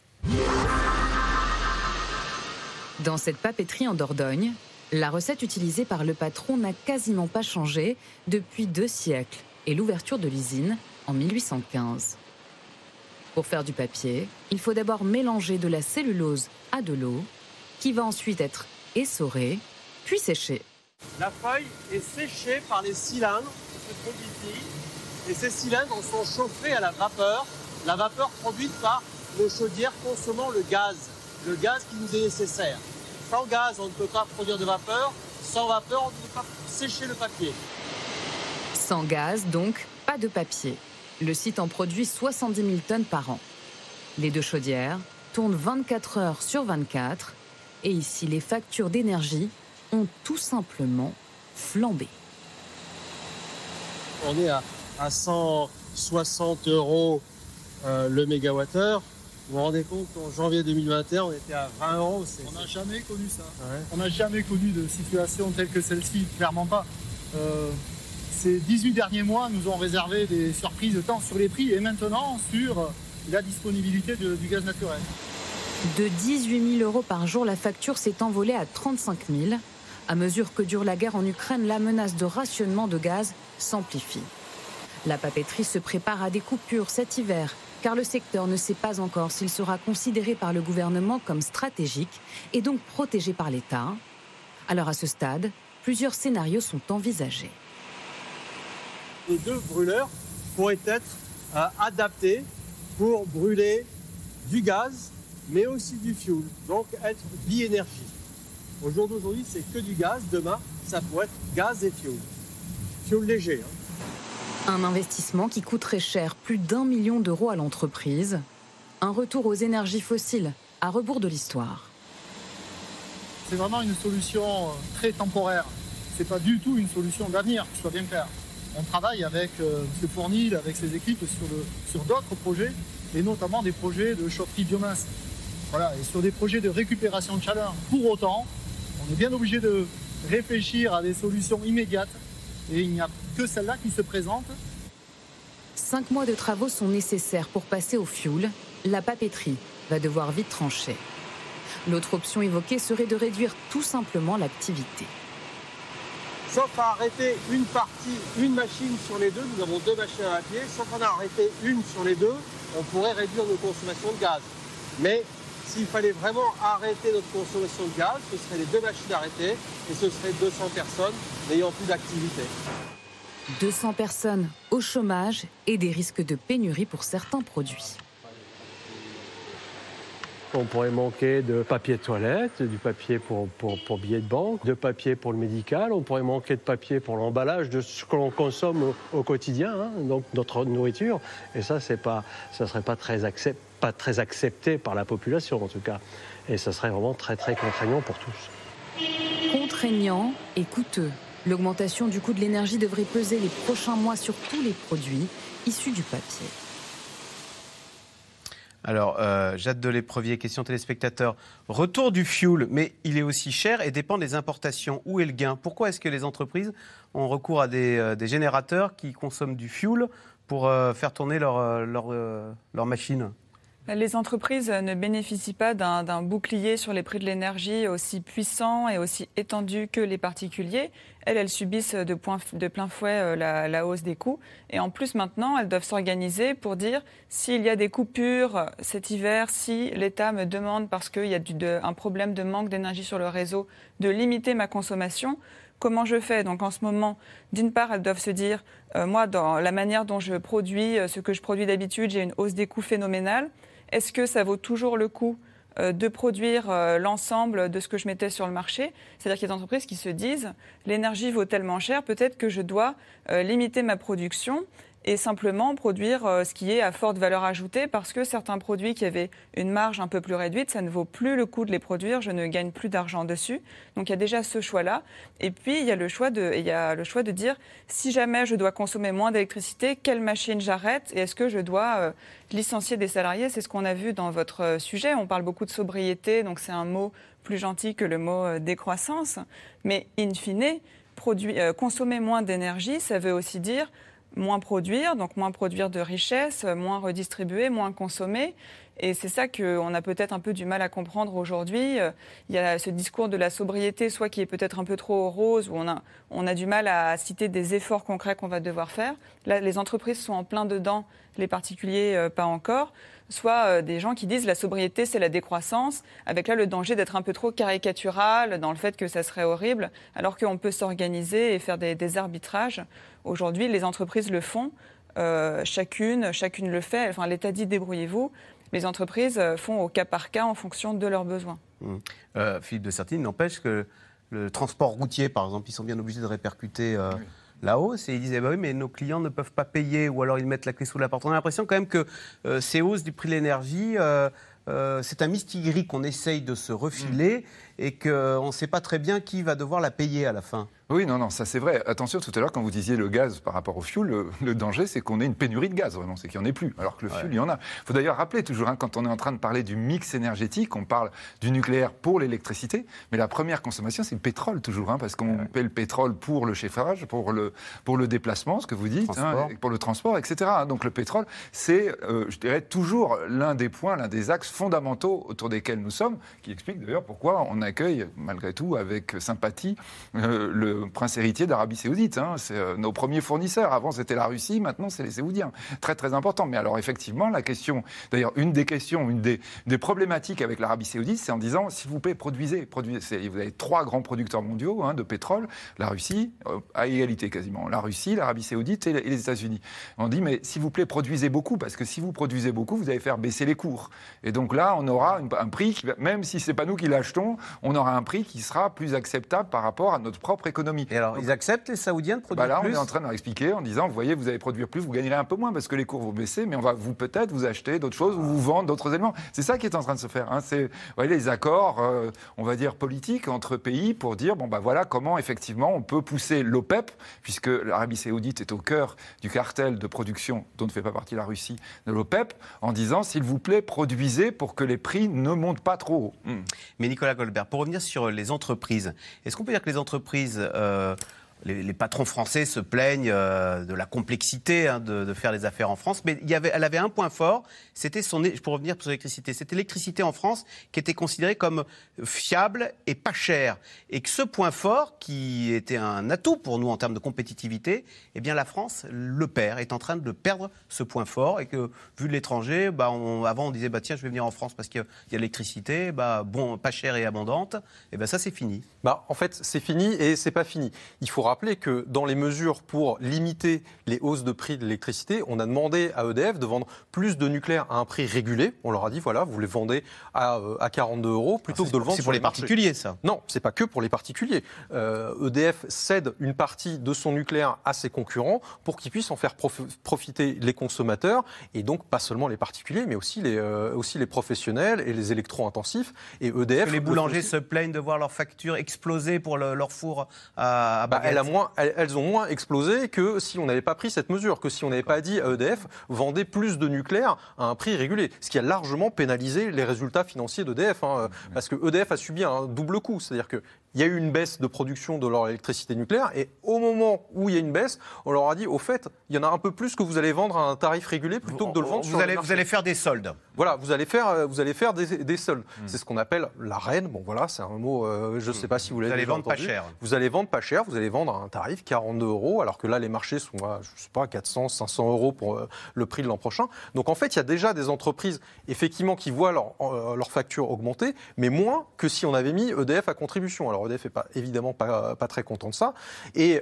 Dans cette papeterie en Dordogne, la recette utilisée par le patron n'a quasiment pas changé depuis 2 siècles et l'ouverture de l'usine en 1815. Pour faire du papier, il faut d'abord mélanger de la cellulose à de l'eau, qui va ensuite être essorée, puis séchée. La feuille est séchée par les cylindres qui se trouvent ici, et ces cylindres sont chauffés à la vapeur produite par nos chaudières consommant le gaz qui nous est nécessaire. Sans gaz, on ne peut pas produire de vapeur, sans vapeur, on ne peut pas sécher le papier. Sans gaz, donc, pas de papier. Le site en produit 70 000 tonnes par an. Les 2 chaudières tournent 24 heures sur 24 et ici, les factures d'énergie ont tout simplement flambé. On est à 160 € le mégawattheure. Vous vous rendez compte qu'en janvier 2021, on était à 20 €. On n'a jamais connu ça. Ouais. On n'a jamais connu de situation telle que celle-ci, clairement pas. Ces 18 derniers mois nous ont réservé des surprises tant sur les prix et maintenant sur la disponibilité du gaz naturel. De 18 000 € par jour, la facture s'est envolée à 35 000. À mesure que dure la guerre en Ukraine, la menace de rationnement de gaz s'amplifie. La papeterie se prépare à des coupures cet hiver, car le secteur ne sait pas encore s'il sera considéré par le gouvernement comme stratégique et donc protégé par l'État. Alors à ce stade, plusieurs scénarios sont envisagés. Les 2 brûleurs pourraient être adaptés pour brûler du gaz, mais aussi du fioul, donc être bi-énergie. Au jour d'aujourd'hui, c'est que du gaz. Demain, ça pourrait être gaz et fioul. Fioul léger. Un investissement qui coûterait cher, plus d'1 million d'euros à l'entreprise. Un retour aux énergies fossiles, à rebours de l'histoire. C'est vraiment une solution très temporaire. C'est pas du tout une solution d'avenir, que ce soit bien clair. On travaille avec M. Fournil, avec ses équipes sur d'autres projets, et notamment des projets de chaufferie biomasse. Voilà, et sur des projets de récupération de chaleur. Pour autant, on est bien obligé de réfléchir à des solutions immédiates, et il n'y a que celle-là qui se présente. 5 mois de travaux sont nécessaires pour passer au fioul. La papeterie va devoir vite trancher. L'autre option évoquée serait de réduire tout simplement l'activité. Sauf à arrêter une machine sur les 2, nous avons 2 machines à papier, sauf à en arrêter une sur les 2, on pourrait réduire nos consommations de gaz. Mais s'il fallait vraiment arrêter notre consommation de gaz, ce seraient les 2 machines arrêtées et ce serait 200 personnes n'ayant plus d'activité. 200 personnes au chômage et des risques de pénurie pour certains produits. On pourrait manquer de papier de toilette, du papier pour billets de banque, de papier pour le médical. On pourrait manquer de papier pour l'emballage de ce que l'on consomme au quotidien, donc notre nourriture. Et ça, ça ne serait pas très accepté par la population, en tout cas. Et ça serait vraiment très, très contraignant pour tous. Contraignant et coûteux. L'augmentation du coût de l'énergie devrait peser les prochains mois sur tous les produits issus du papier. Alors, Jade de l'Éprevier, question téléspectateur. Retour du fioul, mais il est aussi cher et dépend des importations. Où est le gain? Pourquoi est-ce que les entreprises ont recours à des générateurs qui consomment du fioul pour faire tourner leur machine? Les entreprises ne bénéficient pas d'un bouclier sur les prix de l'énergie aussi puissant et aussi étendu que les particuliers. Elles subissent de plein fouet la hausse des coûts. Et en plus, maintenant, elles doivent s'organiser pour dire s'il y a des coupures cet hiver, si l'État me demande, parce qu'il y a un problème de manque d'énergie sur le réseau, de limiter ma consommation, comment je fais? Donc en ce moment, d'une part, elles doivent se dire, moi, dans la manière dont je produis, ce que je produis d'habitude, j'ai une hausse des coûts phénoménale. Est-ce que ça vaut toujours le coup de produire l'ensemble de ce que je mettais sur le marché? C'est-à-dire qu'il y a des entreprises qui se disent l'énergie vaut tellement cher, peut-être que je dois limiter ma production et simplement produire ce qui est à forte valeur ajoutée parce que certains produits qui avaient une marge un peu plus réduite, ça ne vaut plus le coup de les produire, je ne gagne plus d'argent dessus. Donc il y a déjà ce choix-là. Et puis il y a le choix de dire si jamais je dois consommer moins d'électricité, quelle machine j'arrête et est-ce que je dois licencier des salariés? C'est ce qu'on a vu dans votre sujet. On parle beaucoup de sobriété, donc c'est un mot plus gentil que le mot décroissance. Mais in fine, consommer moins d'énergie, ça veut aussi dire moins produire, donc moins produire de richesses, moins redistribuer, moins consommer. Et c'est ça qu'on a peut-être un peu du mal à comprendre aujourd'hui. Il y a ce discours de la sobriété, soit qui est peut-être un peu trop rose, où on a du mal à citer des efforts concrets qu'on va devoir faire. Là, les entreprises sont en plein dedans, les particuliers pas encore. Soit des gens qui disent la sobriété, c'est la décroissance, avec là le danger d'être un peu trop caricatural dans le fait que ça serait horrible, alors qu'on peut s'organiser et faire des arbitrages. Aujourd'hui, les entreprises le font, chacune le fait. Enfin, l'État dit débrouillez-vous. Les entreprises font au cas par cas en fonction de leurs besoins. Philippe de Sertine, n'empêche que le transport routier, par exemple, ils sont bien obligés de répercuter la hausse et ils disaient oui, mais nos clients ne peuvent pas payer ou alors ils mettent la clé sous la porte. On a l'impression quand même que ces hausses du prix de l'énergie, c'est un mistigris qu'on essaye de se refiler et qu'on ne sait pas très bien qui va devoir la payer à la fin. Oui, non, ça c'est vrai. Attention, tout à l'heure, quand vous disiez le gaz par rapport au fioul, le danger, c'est qu'on ait une pénurie de gaz, vraiment, c'est qu'il n'y en ait plus, alors que le fioul, il y en a. Il faut d'ailleurs rappeler toujours, quand on est en train de parler du mix énergétique, on parle du nucléaire pour l'électricité, mais la première consommation, c'est le pétrole, toujours, parce qu'on paie le pétrole pour le chauffage, pour le déplacement, ce que vous dites, pour le transport, etc. Donc le pétrole, c'est, je dirais, toujours l'un des points, l'un des axes fondamentaux autour desquels nous sommes, qui explique d'ailleurs pourquoi on accueille, malgré tout, avec sympathie, le prince héritier d'Arabie Saoudite. C'est nos premiers fournisseurs. Avant, c'était la Russie, maintenant, c'est les Saoudiens. Très, très important. Mais alors, effectivement, la question, d'ailleurs, une des problématiques avec l'Arabie Saoudite, c'est en disant, s'il vous plaît, produisez. Vous avez 3 grands producteurs mondiaux de pétrole, la Russie, à égalité quasiment, la Russie, l'Arabie Saoudite et les États-Unis. On dit, mais s'il vous plaît, produisez beaucoup, parce que si vous produisez beaucoup, vous allez faire baisser les cours. Et donc là, on aura un prix, même si ce n'est pas nous qui l'achetons, on aura un prix qui sera plus acceptable par rapport à notre propre économie. Et alors, ils acceptent, les Saoudiens, de produire plus ? Là, on est en train de leur expliquer en disant, vous voyez, vous allez produire plus, vous gagnerez un peu moins parce que les cours vont baisser, mais on va peut-être vous acheter d'autres choses ou vous vendre d'autres éléments. C'est ça qui est en train de se faire. C'est, vous voyez, les accords, on va dire, politiques entre pays pour dire, voilà comment, effectivement, on peut pousser l'OPEP, puisque l'Arabie Saoudite est au cœur du cartel de production dont ne fait pas partie la Russie, de l'OPEP, en disant, s'il vous plaît, produisez pour que les prix ne montent pas trop haut. Mais Nicolas Goldberg, pour revenir sur les entreprises, est-ce qu'on peut dire que les entreprises, les patrons français se plaignent de la complexité de faire les affaires en France, mais elle avait un point fort, c'était pour revenir sur l'électricité, c'était l'électricité en France qui était considérée comme fiable et pas chère. Et que ce point fort, qui était un atout pour nous en termes de compétitivité, eh bien la France le perd, est en train de perdre ce point fort, et que, vu de l'étranger, avant on disait, tiens, je vais venir en France parce qu'il y a l'électricité, pas chère et abondante, et ça c'est fini. En fait, c'est fini et c'est pas fini. Il faut rappeler que dans les mesures pour limiter les hausses de prix de l'électricité, on a demandé à EDF de vendre plus de nucléaire à un prix régulé. On leur a dit, voilà, vous les vendez à 42 € plutôt que de le vendre sur les marchés. C'est pour les particuliers, ça ? Non, c'est pas que pour les particuliers. EDF cède une partie de son nucléaire à ses concurrents pour qu'ils puissent en faire profiter les consommateurs, et donc pas seulement les particuliers, mais aussi les professionnels et les électro-intensifs. Et EDF... Les boulangers se plaignent de voir leurs factures exploser pour leur four à baguette. Elles ont moins explosé que si on n'avait pas pris cette mesure, que si on n'avait pas dit à EDF, vendez plus de nucléaire à un prix régulé. Ce qui a largement pénalisé les résultats financiers d'EDF. Parce que EDF a subi un double coup. C'est-à-dire qu'il y a eu une baisse de production de leur électricité nucléaire, et au moment où il y a une baisse, on leur a dit, au fait, il y en a un peu plus que vous allez vendre à un tarif régulé plutôt que de le vendre sur le marché. Vous allez faire des soldes. Voilà, vous allez faire des soldes. C'est ce qu'on appelle la reine. C'est un mot, je ne sais pas si vous l'avez déjà entendu. Vous allez vendre pas cher. Vous allez vendre pas cher, vous allez vendre à un tarif 42 €, alors que là, les marchés sont à, 400, 500 € pour le prix de l'an prochain. Donc en fait, il y a déjà des entreprises, effectivement, qui voient leur facture augmenter, mais moins que si on avait mis EDF à contribution. Alors EDF n'est évidemment pas très content de ça. Et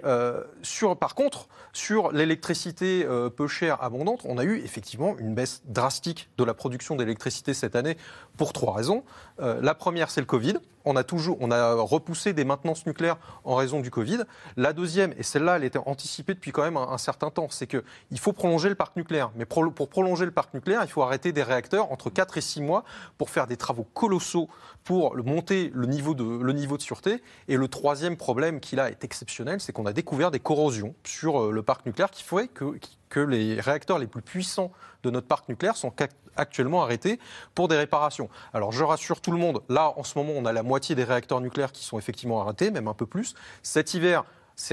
par contre, sur l'électricité peu chère, abondante, on a eu effectivement une baisse drastique de la production d'électricité cette année pour 3 raisons. La première, c'est le Covid. On a repoussé des maintenances nucléaires en raison du Covid. La deuxième, et celle-là, elle était anticipée depuis quand même un certain temps, c'est qu'il faut prolonger le parc nucléaire. Mais pour prolonger le parc nucléaire, il faut arrêter des réacteurs entre 4 et 6 mois pour faire des travaux colossaux pour monter le niveau de sûreté. Et le troisième problème qui là est exceptionnel, c'est qu'on a découvert des corrosions sur le parc nucléaire qui ferait que les réacteurs les plus puissants de notre parc nucléaire sont actuellement arrêtés pour des réparations. Alors je rassure tout le monde, là en ce moment on a la moitié des réacteurs nucléaires qui sont effectivement arrêtés, même un peu plus. Cet hiver,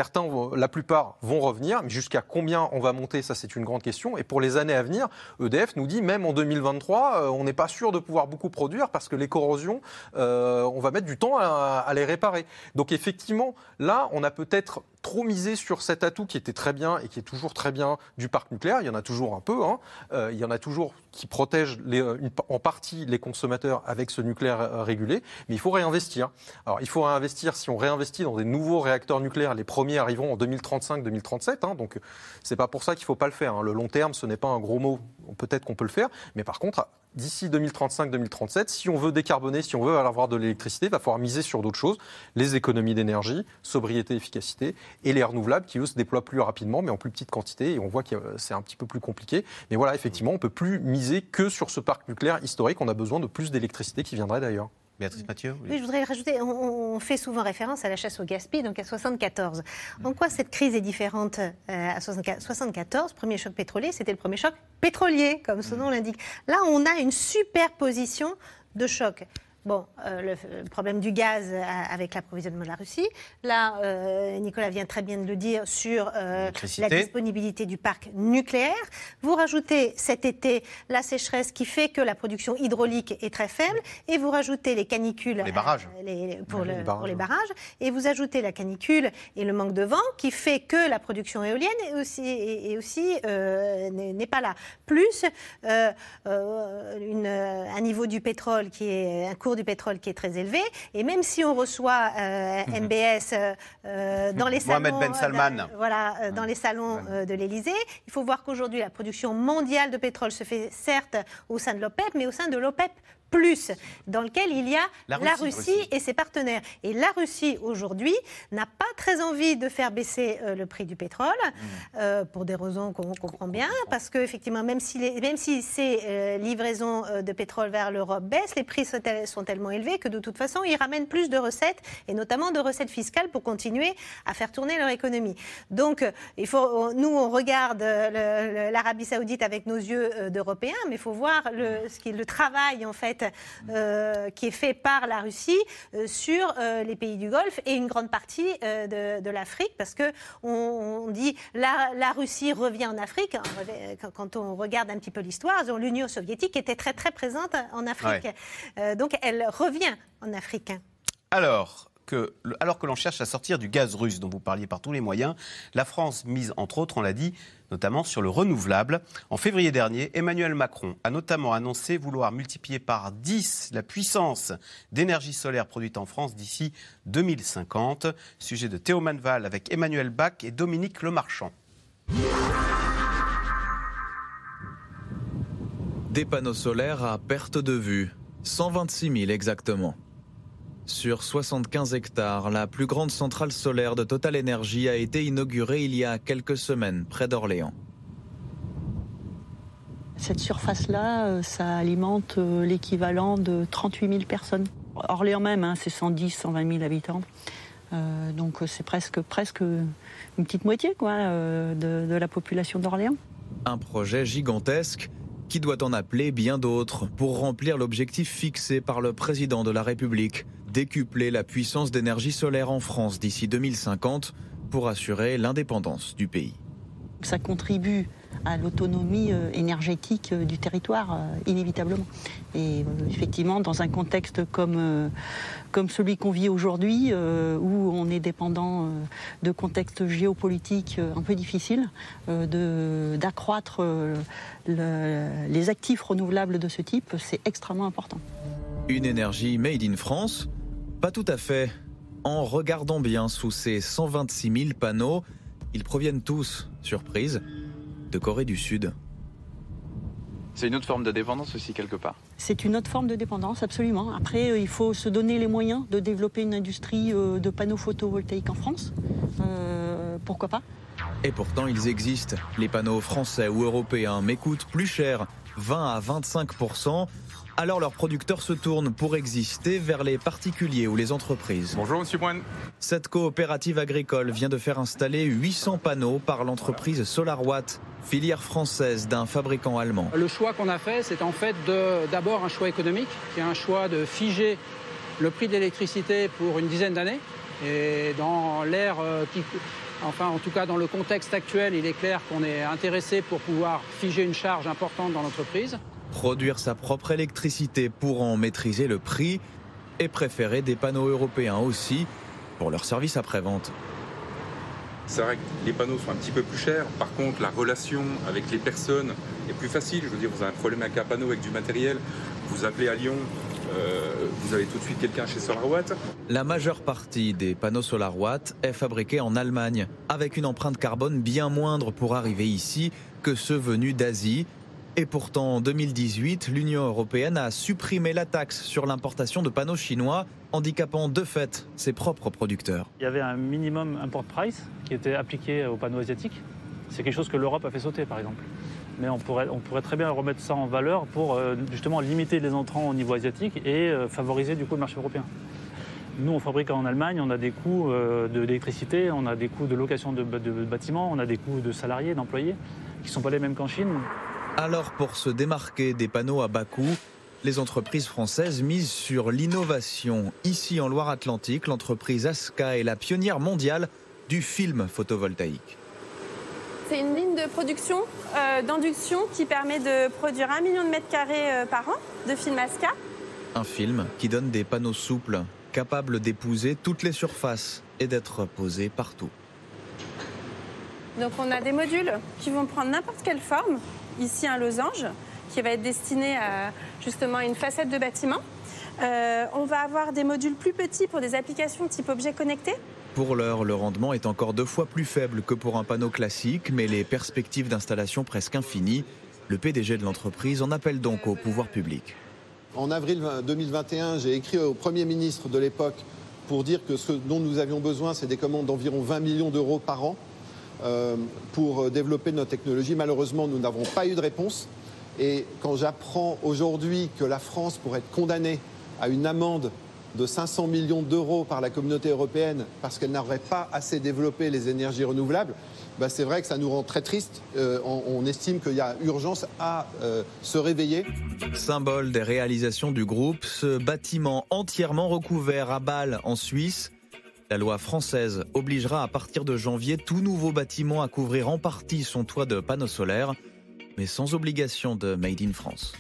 la plupart vont revenir, mais jusqu'à combien on va monter, ça c'est une grande question. Et pour les années à venir, EDF nous dit, même en 2023, on n'est pas sûr de pouvoir beaucoup produire parce que les corrosions, on va mettre du temps à les réparer. Donc effectivement, là, on a peut-être trop misé sur cet atout qui était très bien et qui est toujours très bien du parc nucléaire. Il y en a toujours un peu. Il y en a toujours qui protègent en partie les consommateurs avec ce nucléaire régulé. Mais il faut réinvestir. Alors il faut réinvestir, si on réinvestit dans des nouveaux réacteurs nucléaires, les premiers arriveront en 2035-2037. Donc c'est pas pour ça qu'il ne faut pas le faire. Le long terme, ce n'est pas un gros mot. Peut-être qu'on peut le faire. Mais par contre, d'ici 2035-2037, si on veut décarboner, si on veut avoir de l'électricité, il va falloir miser sur d'autres choses. Les économies d'énergie, sobriété, efficacité, et les renouvelables qui, eux, se déploient plus rapidement, mais en plus petite quantité. Et on voit que c'est un petit peu plus compliqué. Mais voilà, effectivement, on ne peut plus miser que sur ce parc nucléaire historique. On a besoin de plus d'électricité qui viendrait d'ailleurs. Béatrice Mathieu. Oui, je voudrais rajouter, on fait souvent référence à la chasse au gaspillage, donc à 1974. En quoi cette crise est différente à 1974, premier choc pétrolier, c'était le premier choc pétrolier, comme son nom l'indique. Là, on a une superposition de chocs. Bon, le problème du gaz avec l'approvisionnement de la Russie. Là, Nicolas vient très bien de le dire sur la disponibilité du parc nucléaire. Vous rajoutez cet été la sécheresse qui fait que la production hydraulique est très faible et vous rajoutez les canicules les barrages. Pour les barrages et vous ajoutez la canicule et le manque de vent qui fait que la production éolienne n'est pas là. Plus un niveau du pétrole qui est un cours du pétrole qui est très élevé, et même si on reçoit MBS dans les salons, Mohamed Ben Salman. Dans les salons de l'Élysée, il faut voir qu'aujourd'hui la production mondiale de pétrole se fait certes au sein de l'OPEP, mais au sein de l'OPEP+, dans lequel il y a la Russie et ses partenaires. Et la Russie, aujourd'hui, n'a pas très envie de faire baisser le prix du pétrole, pour des raisons qu'on comprend bien, parce qu'effectivement, même si ces livraisons de pétrole vers l'Europe baissent, les prix sont tellement élevés que de toute façon, ils ramènent plus de recettes, et notamment de recettes fiscales, pour continuer à faire tourner leur économie. Donc, nous, on regarde l'Arabie Saoudite avec nos yeux d'Européens, mais il faut voir le travail, en fait, qui est fait par la Russie sur les pays du Golfe et une grande partie de l'Afrique, parce qu'on dit la Russie revient en Afrique. Quand on regarde un petit peu l'histoire, l'Union soviétique était très très présente en Afrique. Donc elle revient en Afrique. Alors que l'on cherche à sortir du gaz russe dont vous parliez par tous les moyens, la France mise entre autres, on l'a dit, notamment sur le renouvelable. En février dernier, Emmanuel Macron a notamment annoncé vouloir multiplier par 10 la puissance d'énergie solaire produite en France d'ici 2050. Sujet de Théo Manval avec Emmanuel Bach et Dominique Lemarchand. Des panneaux solaires à perte de vue, 126 000 exactement. Sur 75 hectares, la plus grande centrale solaire de Total Energy a été inaugurée il y a quelques semaines, près d'Orléans. Cette surface-là, ça alimente l'équivalent de 38 000 personnes. Orléans même, c'est 110, 120 000 habitants. Donc c'est presque une petite moitié de la population d'Orléans. Un projet gigantesque qui doit en appeler bien d'autres pour remplir l'objectif fixé par le président de la République, décupler la puissance d'énergie solaire en France d'ici 2050 pour assurer l'indépendance du pays. Ça contribue à l'autonomie énergétique du territoire, inévitablement. Et effectivement, dans un contexte comme celui qu'on vit aujourd'hui, où on est dépendant de contextes géopolitiques un peu difficiles, d'accroître les actifs renouvelables de ce type, c'est extrêmement important. Une énergie made in France ? Pas tout à fait. En regardant bien sous ces 126 000 panneaux, ils proviennent tous, surprise, de Corée du Sud. C'est une autre forme de dépendance aussi, quelque part. C'est une autre forme de dépendance, absolument. Après, il faut se donner les moyens de développer une industrie de panneaux photovoltaïques en France. Pourquoi pas ? Et pourtant, ils existent. Les panneaux français ou européens, mais coûtent plus cher, 20 à 25%. Alors leurs producteurs se tournent pour exister vers les particuliers ou les entreprises. Bonjour Monsieur Moine. Cette coopérative agricole vient de faire installer 800 panneaux par l'entreprise SolarWatt, filière française d'un fabricant allemand. Le choix qu'on a fait, c'est en fait d'abord un choix économique, qui est un choix de figer le prix de l'électricité pour une dizaine d'années. Et dans l'ère en tout cas dans le contexte actuel, il est clair qu'on est intéressé pour pouvoir figer une charge importante dans l'entreprise. Produire sa propre électricité pour en maîtriser le prix et préférer des panneaux européens aussi pour leur service après-vente. C'est vrai que les panneaux sont un petit peu plus chers. Par contre, la relation avec les personnes est plus facile. Je veux dire, vous avez un problème avec un panneau, avec du matériel, vous appelez à Lyon, vous avez tout de suite quelqu'un chez SolarWatt. La majeure partie des panneaux SolarWatt est fabriquée en Allemagne, avec une empreinte carbone bien moindre pour arriver ici que ceux venus d'Asie. Et pourtant, en 2018, l'Union européenne a supprimé la taxe sur l'importation de panneaux chinois, handicapant de fait ses propres producteurs. Il y avait un minimum import price qui était appliqué aux panneaux asiatiques. C'est quelque chose que l'Europe a fait sauter, par exemple. Mais on pourrait très bien remettre ça en valeur pour justement limiter les entrants au niveau asiatique et favoriser du coup le marché européen. Nous, on fabrique en Allemagne, on a des coûts d'électricité, on a des coûts de location de bâtiments, on a des coûts de salariés, d'employés, qui ne sont pas les mêmes qu'en Chine. Alors, pour se démarquer des panneaux à bas coût, les entreprises françaises misent sur l'innovation. Ici, en Loire-Atlantique, l'entreprise ASCA est la pionnière mondiale du film photovoltaïque. C'est une ligne de production d'induction qui permet de produire 1 million de mètres carrés par an de film ASCA. Un film qui donne des panneaux souples, capables d'épouser toutes les surfaces et d'être posés partout. Donc on a des modules qui vont prendre n'importe quelle forme. Ici un losange qui va être destiné à justement une facette de bâtiment. On va avoir des modules plus petits pour des applications type objet connecté. Pour l'heure, le rendement est encore 2 fois plus faible que pour un panneau classique, mais les perspectives d'installation presque infinies. Le PDG de l'entreprise en appelle donc au pouvoir public. En avril 2021, j'ai écrit au Premier ministre de l'époque pour dire que ce dont nous avions besoin, c'est des commandes d'environ 20 millions d'euros par an pour développer notre technologie. Malheureusement, nous n'avons pas eu de réponse. Et quand j'apprends aujourd'hui que la France pourrait être condamnée à une amende de 500 millions d'euros par la communauté européenne parce qu'elle n'aurait pas assez développé les énergies renouvelables, c'est vrai que ça nous rend très tristes. On estime qu'il y a urgence à se réveiller. Symbole des réalisations du groupe, ce bâtiment entièrement recouvert à Bâle en Suisse. La loi française obligera à partir de janvier tout nouveau bâtiment à couvrir en partie son toit de panneaux solaires, mais sans obligation de Made in France.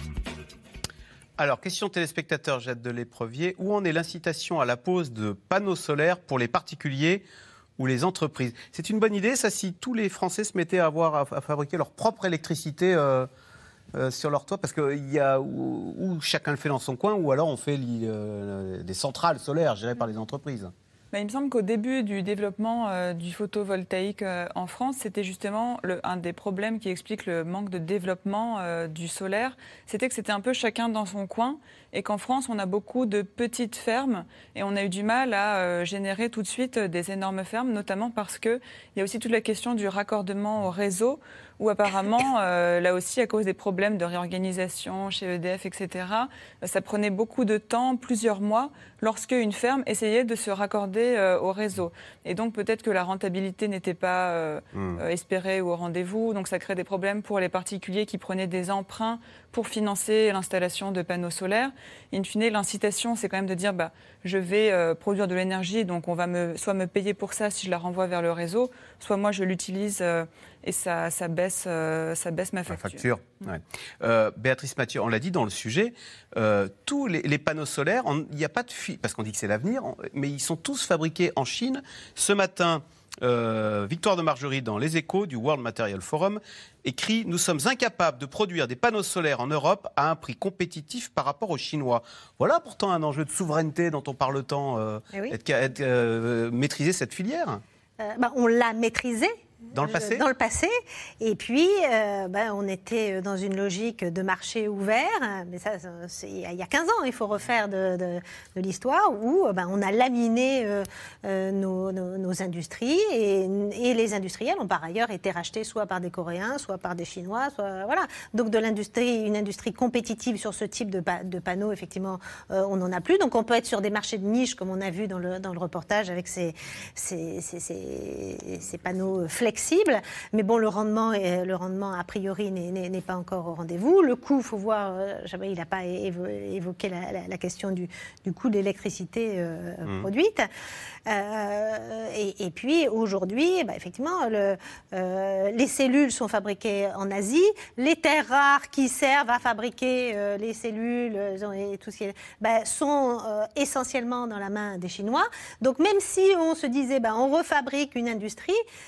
Alors, question téléspectateur, Jette de l'Éprevier. Où en est l'incitation à la pose de panneaux solaires pour les particuliers ou les entreprises? C'est une bonne idée, ça, si tous les Français se mettaient à fabriquer leur propre électricité sur leur toit, parce qu'il y a où chacun le fait dans son coin, ou alors on fait des centrales solaires gérées par les entreprises. Il me semble qu'au début du développement du photovoltaïque en France, c'était justement un des problèmes qui explique le manque de développement du solaire. C'était que c'était un peu chacun dans son coin et qu'en France, on a beaucoup de petites fermes et on a eu du mal à générer tout de suite des énormes fermes, notamment parce qu'il y a aussi toute la question du raccordement au réseau où apparemment, là aussi, à cause des problèmes de réorganisation chez EDF, etc., ça prenait beaucoup de temps, plusieurs mois, lorsque une ferme essayait de se raccorder au réseau. Et donc, peut-être que la rentabilité n'était pas espérée ou au rendez-vous. Donc, ça crée des problèmes pour les particuliers qui prenaient des emprunts pour financer l'installation de panneaux solaires. In fine, l'incitation, c'est quand même de dire je vais produire de l'énergie, donc on va soit me payer pour ça si je la renvoie vers le réseau, soit moi je l'utilise et ça baisse ma facture. Ouais. Béatrice Mathieu, on l'a dit dans le sujet, tous les panneaux solaires, il n'y a pas de fuite, parce qu'on dit que c'est l'avenir, mais ils sont tous fabriqués en Chine. Ce matin, Victoire de Margerie dans Les Échos du World Material Forum écrit « Nous sommes incapables de produire des panneaux solaires en Europe à un prix compétitif par rapport aux Chinois ». Voilà pourtant un enjeu de souveraineté dont on parle tant, maîtriser cette filière. On l'a maîtrisée. Dans le passé ? Dans le passé. Et puis, on était dans une logique de marché ouvert. Mais ça, c'est il y a 15 ans, il faut refaire de l'histoire, où on a laminé nos industries. Et les industriels ont par ailleurs été rachetés soit par des Coréens, soit par des Chinois. Voilà. Donc, une industrie compétitive sur ce type de panneaux, effectivement, on n'en a plus. Donc, on peut être sur des marchés de niche, comme on a vu dans le reportage, avec ces panneaux flexibles. Mais bon, le rendement a priori n'est pas encore au rendez-vous. Le coût, il faut voir, il n'a pas évoqué la question du coût de l'électricité produite. Et puis aujourd'hui, effectivement, les cellules sont fabriquées en Asie. Les terres rares qui servent à fabriquer les cellules et tout ce qui sont essentiellement dans la main des Chinois. Donc même si on se disait, on refabrique une industrie,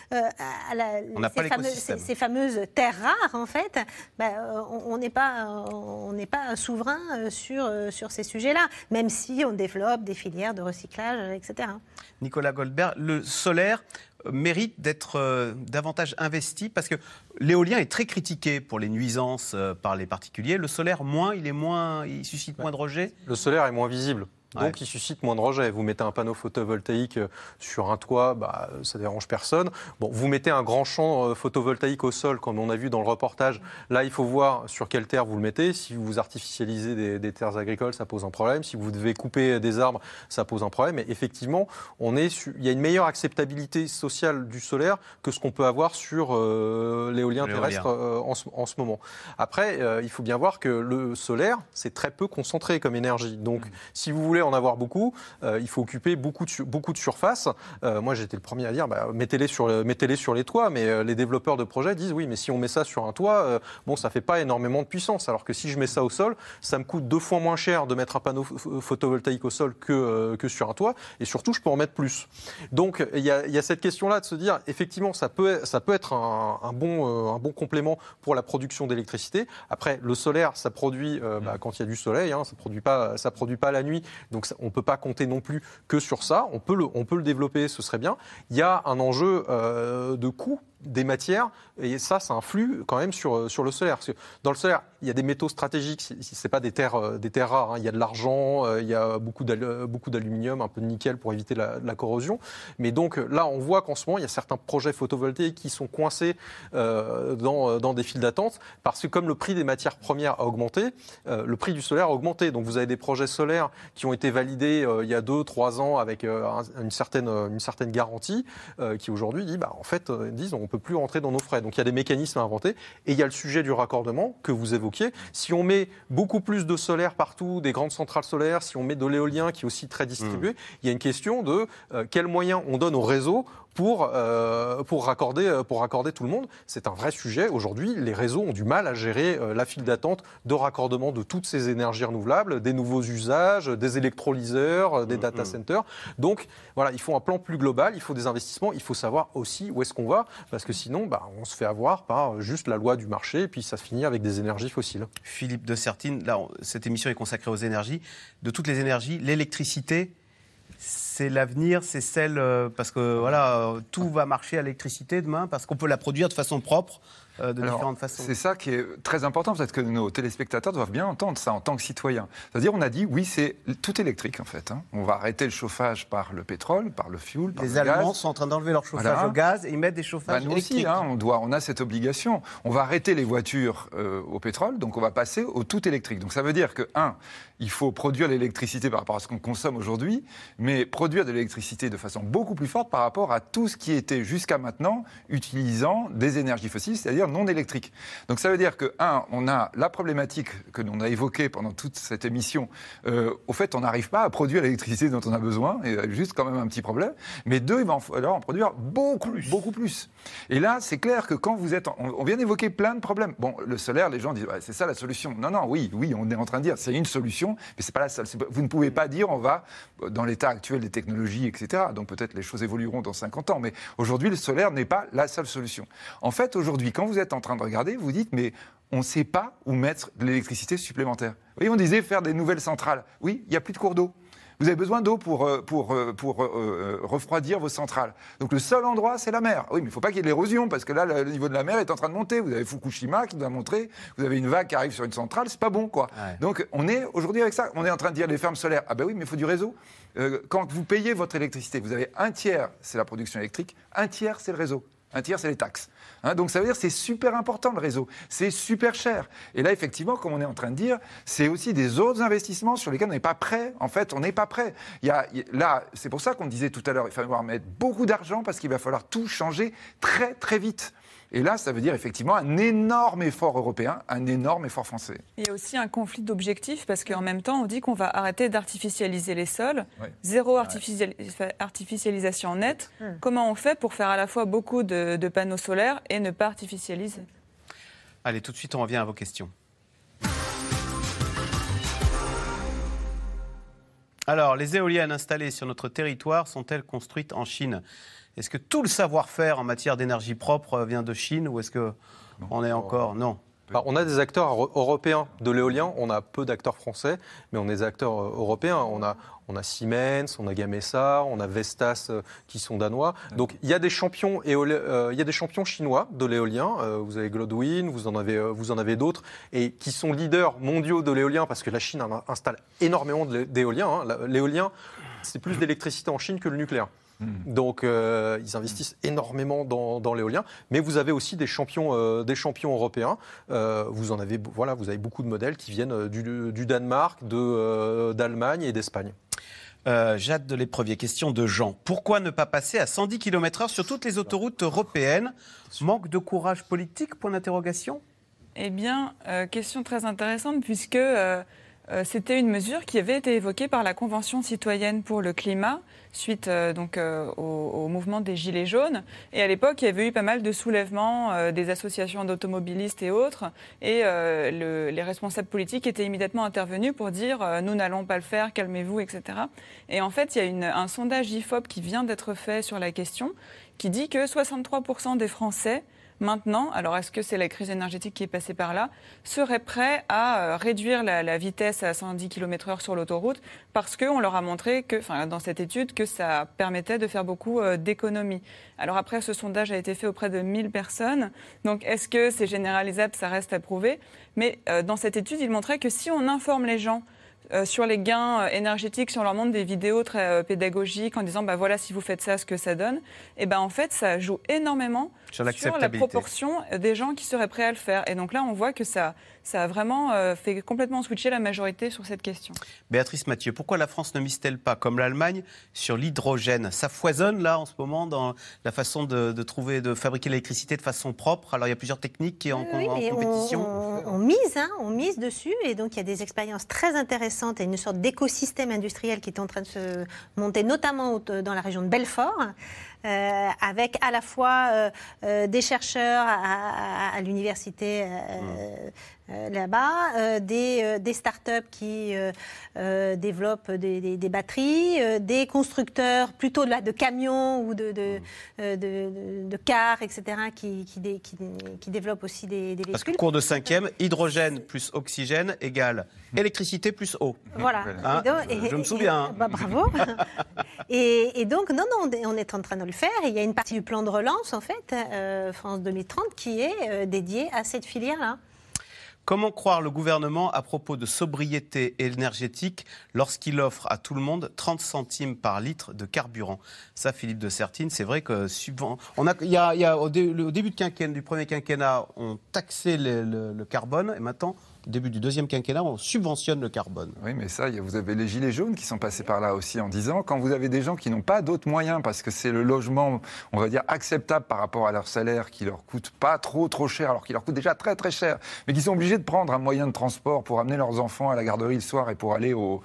ces fameuses terres rares, en fait, on n'est pas souverain sur ces sujets-là, même si on développe des filières de recyclage, etc. Nicolas Goldberg, le solaire mérite d'être davantage investi parce que l'éolien est très critiqué pour les nuisances par les particuliers. Le solaire, il suscite moins de rejet. Le solaire est moins visible. donc il suscite moins de rejets. Vous mettez un panneau photovoltaïque sur un toit, ça dérange personne. Bon, vous mettez un grand champ photovoltaïque au sol, comme on a vu dans le reportage. Là, il faut voir sur quelle terre vous le mettez. Si vous artificialisez des terres agricoles, ça pose un problème. Si vous devez couper des arbres, ça pose un problème. Et effectivement, il y a une meilleure acceptabilité sociale du solaire que ce qu'on peut avoir sur l'éolien terrestre en ce moment. Après, il faut bien voir que le solaire, c'est très peu concentré comme énergie. Donc, si vous voulez en avoir beaucoup, il faut occuper beaucoup de surface. Moi, j'étais le premier à dire, mettez-les sur les toits, mais les développeurs de projets disent, oui, mais si on met ça sur un toit, ça fait pas énormément de puissance. Alors que si je mets ça au sol, ça me coûte 2 fois moins cher de mettre un panneau photovoltaïque au sol que sur un toit, et surtout, je peux en mettre plus. Donc, il y a cette question-là de se dire, effectivement, ça peut être un bon complément pour la production d'électricité. Après, le solaire, ça produit quand il y a du soleil, ça produit pas la nuit, donc on peut pas compter non plus que sur ça. On peut le développer, ce serait bien. Il y a un enjeu de coût des matières, et ça influe quand même sur le solaire. Parce que dans le solaire, il y a des métaux stratégiques, c'est pas des terres rares, hein. Il y a de l'argent, il y a beaucoup d'aluminium, un peu de nickel pour éviter la corrosion. Mais donc là, on voit qu'en ce moment, il y a certains projets photovoltaïques qui sont coincés dans des files d'attente, parce que comme le prix des matières premières a augmenté, le prix du solaire a augmenté. Donc vous avez des projets solaires qui ont été validés il y a 2-3 ans avec une certaine garantie, qui aujourd'hui disent on peut plus rentrer dans nos frais. Donc il y a des mécanismes à inventer, et il y a le sujet du raccordement que vous évoquiez. Si on met beaucoup plus de solaire partout, des grandes centrales solaires, si on met de l'éolien qui est aussi très distribué, il y a une question de quels moyens on donne au réseau pour raccorder tout le monde. C'est un vrai sujet. Aujourd'hui, les réseaux ont du mal à gérer la file d'attente de raccordement de toutes ces énergies renouvelables, des nouveaux usages, des électrolyseurs, des data centers. Donc voilà, il faut un plan plus global, il faut des investissements, il faut savoir aussi où est-ce qu'on va, parce que sinon, on se fait avoir par juste la loi du marché, et puis ça se finit avec des énergies fossiles. Philippe de Sertine, là, cette émission est consacrée aux énergies. De toutes les énergies, l'électricité, c'est l'avenir, c'est celle... parce que tout va marcher à l'électricité demain, parce qu'on peut la produire de façon propre, de différentes façons. C'est ça qui est très important, peut-être que nos téléspectateurs doivent bien entendre ça en tant que citoyens. C'est-à-dire, on a dit, oui, c'est tout électrique, en fait. On va arrêter le chauffage par le pétrole, par le fuel, par le gaz. Les Allemands sont en train d'enlever leur chauffage au gaz et ils mettent des chauffages électriques. Nous aussi, on a cette obligation. On va arrêter les voitures au pétrole, donc on va passer au tout électrique. Donc ça veut dire que, il faut produire l'électricité par rapport à ce qu'on consomme aujourd'hui, mais produire de l'électricité de façon beaucoup plus forte par rapport à tout ce qui était jusqu'à maintenant utilisant des énergies fossiles, c'est-à-dire non électriques. Donc ça veut dire que, on a la problématique que l'on a évoquée pendant toute cette émission. Au fait, on n'arrive pas à produire l'électricité dont on a besoin, et juste quand même un petit problème. Mais 2, il va falloir en produire beaucoup plus. Et là, c'est clair que quand vous êtes... On vient d'évoquer plein de problèmes. Bon, le solaire, les gens disent, c'est ça la solution. Non, oui, on est en train de dire, c'est une solution, mais c'est pas la seule. Vous ne pouvez pas dire, on va, dans l'état actuel des technologies, etc., donc peut-être les choses évolueront dans 50 ans, mais aujourd'hui, le solaire n'est pas la seule solution. En fait, aujourd'hui, quand vous êtes en train de regarder, vous dites, mais on ne sait pas où mettre de l'électricité supplémentaire. Vous voyez, on disait faire des nouvelles centrales. Oui, il n'y a plus de cours d'eau. Vous avez besoin d'eau pour refroidir vos centrales. Donc le seul endroit, c'est la mer. Oui, mais il ne faut pas qu'il y ait de l'érosion, parce que là, le niveau de la mer est en train de monter. Vous avez Fukushima qui nous a montré, vous avez une vague qui arrive sur une centrale, c'est pas bon, quoi. Ouais. Donc on est aujourd'hui avec ça, on est en train de dire les fermes solaires, oui, mais il faut du réseau. Quand vous payez votre électricité, vous avez un tiers, c'est la production électrique, un tiers, c'est le réseau. Un tiers, c'est les taxes. Donc ça veut dire que c'est super important le réseau, c'est super cher. Et là, effectivement, comme on est en train de dire, c'est aussi des autres investissements sur lesquels on n'est pas prêt. En fait, on n'est pas prêt. Là, c'est pour ça qu'on disait tout à l'heure, il va falloir mettre beaucoup d'argent parce qu'il va falloir tout changer très, très vite. Et là, ça veut dire effectivement un énorme effort européen, un énorme effort français. Il y a aussi un conflit d'objectifs parce qu'en même temps, on dit qu'on va arrêter d'artificialiser les sols, zéro artificialisation nette. Comment on fait pour faire à la fois beaucoup de panneaux solaires et ne pas artificialiser ? Allez, tout de suite, on revient à vos questions. Alors, les éoliennes installées sur notre territoire sont-elles construites en Chine ? Est-ce que tout le savoir-faire en matière d'énergie propre vient de Chine ou est-ce qu'on est encore... Non. On a des acteurs européens de l'éolien, on a peu d'acteurs français, mais on a des acteurs européens. On a Siemens, on a Gamesa, on a Vestas qui sont danois. Donc il y a des champions chinois de l'éolien. Vous avez Glodwin, vous en avez d'autres, et qui sont leaders mondiaux de l'éolien parce que la Chine installe énormément d'éolien. L'éolien, c'est plus d'électricité en Chine que le nucléaire. Donc ils investissent énormément dans l'éolien, mais vous avez aussi des champions européens. Vous avez beaucoup de modèles qui viennent du Danemark, d'Allemagne et d'Espagne. Jade de l'Éprevier, question de Jean. Pourquoi ne pas passer à 110 km/h sur toutes les autoroutes européennes? Manque de courage politique, point d'interrogation? Eh bien, question très intéressante puisque c'était une mesure qui avait été évoquée par la Convention citoyenne pour le climat suite au mouvement des Gilets jaunes. Et à l'époque, il y avait eu pas mal de soulèvements des associations d'automobilistes et autres. Et les responsables politiques étaient immédiatement intervenus pour dire nous n'allons pas le faire, calmez-vous, etc. Et en fait, il y a un sondage IFOP qui vient d'être fait sur la question qui dit que 63% des Français maintenant, alors est-ce que c'est la crise énergétique qui est passée par là, seraient prêts à réduire la vitesse à 110 km/h sur l'autoroute parce qu'on leur a montré dans cette étude que ça permettait de faire beaucoup d'économies. Alors après, ce sondage a été fait auprès de 1000 personnes. Donc est-ce que c'est généralisable? Ça reste à prouver. Mais dans cette étude, il montrait que si on informe les gens sur les gains énergétiques, si on leur montre des vidéos très pédagogiques en disant voilà, si vous faites ça, ce que ça donne, et en fait, ça joue énormément sur la proportion des gens qui seraient prêts à le faire. Et donc là, on voit que ça a vraiment fait complètement switcher la majorité sur cette question. Béatrice Mathieu, pourquoi la France ne mise-t-elle pas, comme l'Allemagne, sur l'hydrogène? Ça foisonne là en ce moment dans la façon de fabriquer l'électricité de façon propre. Alors il y a plusieurs techniques qui en compétition. On mise dessus, et donc il y a des expériences très intéressantes et une sorte d'écosystème industriel qui est en train de se monter, notamment dans la région de Belfort. Avec à la fois des chercheurs à l'université là-bas, des start-up qui développent des batteries, des constructeurs plutôt de camions ou de cars, etc., qui développent aussi des véhicules. Parce que cours de 5e, hydrogène plus oxygène égale électricité plus eau. Voilà. Je me souviens. Bravo. Et donc, non, on est en train de le faire. Et il y a une partie du plan de relance, en fait, France 2030, qui est dédiée à cette filière-là. Comment croire le gouvernement à propos de sobriété énergétique lorsqu'il offre à tout le monde 30 centimes par litre de carburant? Ça, Philippe de Sertine, c'est vrai que au début du premier quinquennat, on taxait le carbone, et maintenant, au début du deuxième quinquennat, on subventionne le carbone. Oui, mais ça, vous avez les gilets jaunes qui sont passés par là aussi en disant, quand vous avez des gens qui n'ont pas d'autres moyens, parce que c'est le logement, on va dire, acceptable par rapport à leur salaire, qui leur coûte pas trop cher, alors qu'il leur coûte déjà très très cher, mais qui sont obligés de prendre un moyen de transport pour amener leurs enfants à la garderie le soir et pour aller au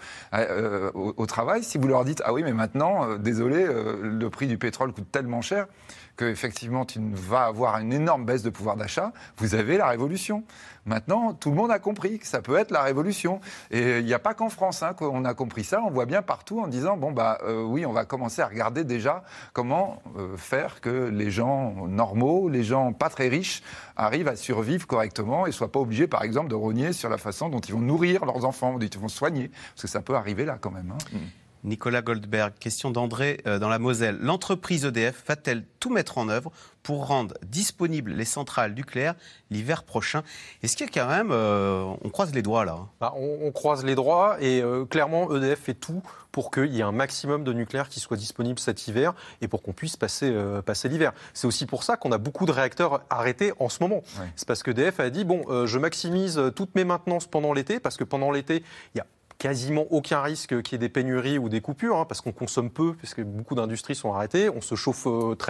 travail, si vous leur dites, ah oui, mais maintenant, désolé, le prix du pétrole coûte tellement cher qu'effectivement, tu vas avoir une énorme baisse de pouvoir d'achat, vous avez la révolution. Maintenant, tout le monde a compris que ça peut être la révolution. Et il n'y a pas qu'en France qu'on a compris ça. On voit bien partout en disant, oui, on va commencer à regarder déjà comment faire que les gens normaux, les gens pas très riches, arrivent à survivre correctement et ne soient pas obligés, par exemple, de rogner sur la façon dont ils vont nourrir leurs enfants, dont ils vont soigner. Parce que ça peut arriver là quand même. Nicolas Goldberg, question d'André dans la Moselle. L'entreprise EDF va-t-elle tout mettre en œuvre pour rendre disponibles les centrales nucléaires l'hiver prochain? Est-ce qu'il y a quand même... on croise les doigts là. On croise les doigts et clairement EDF fait tout pour qu'il y ait un maximum de nucléaire qui soit disponible cet hiver et pour qu'on puisse passer l'hiver. C'est aussi pour ça qu'on a beaucoup de réacteurs arrêtés en ce moment. Ouais. C'est parce qu'EDF a dit, je maximise toutes mes maintenances pendant l'été, parce que pendant l'été, il y a quasiment aucun risque qu'il y ait des pénuries ou des coupures, parce qu'on consomme peu, parce que beaucoup d'industries sont arrêtées, on se chauffe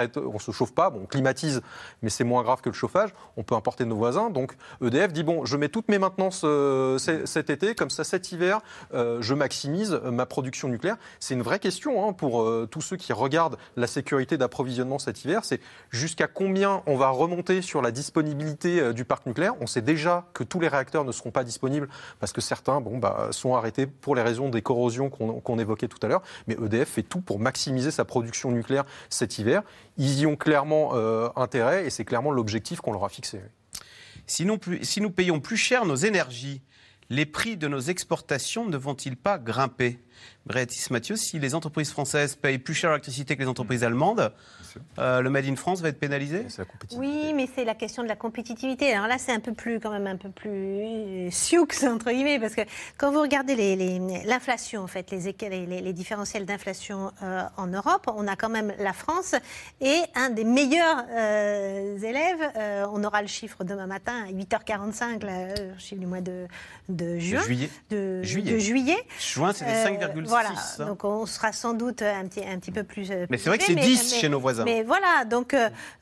pas, on climatise, mais c'est moins grave que le chauffage, on peut importer de nos voisins, donc EDF dit, je mets toutes mes maintenances cet été, comme ça cet hiver, je maximise ma production nucléaire. C'est une vraie question pour tous ceux qui regardent la sécurité d'approvisionnement cet hiver, c'est jusqu'à combien on va remonter sur la disponibilité du parc nucléaire. On sait déjà que tous les réacteurs ne seront pas disponibles, parce que certains sont arrêtés pour les raisons des corrosions qu'on évoquait tout à l'heure, mais EDF fait tout pour maximiser sa production nucléaire cet hiver. Ils y ont clairement intérêt et c'est clairement l'objectif qu'on leur a fixé. Si nous payons plus cher nos énergies, les prix de nos exportations ne vont-ils pas grimper ? Béatrice Mathieu, si les entreprises françaises payent plus cher l'électricité que les entreprises allemandes, le Made in France va être pénalisé ? Oui, mais c'est la question de la compétitivité. Alors là, c'est quand même un peu plus sioux, entre guillemets, parce que quand vous regardez l'inflation, en fait, les différentiels d'inflation en Europe, on a quand même la France et un des meilleurs élèves. On aura le chiffre demain matin à 8h45, le chiffre du mois de juin. De juillet. Juin, c'était 5,6. Voilà, donc on sera sans doute un petit peu plus. Mais c'est vrai que c'est 10 chez nos voisins. Mais voilà, donc on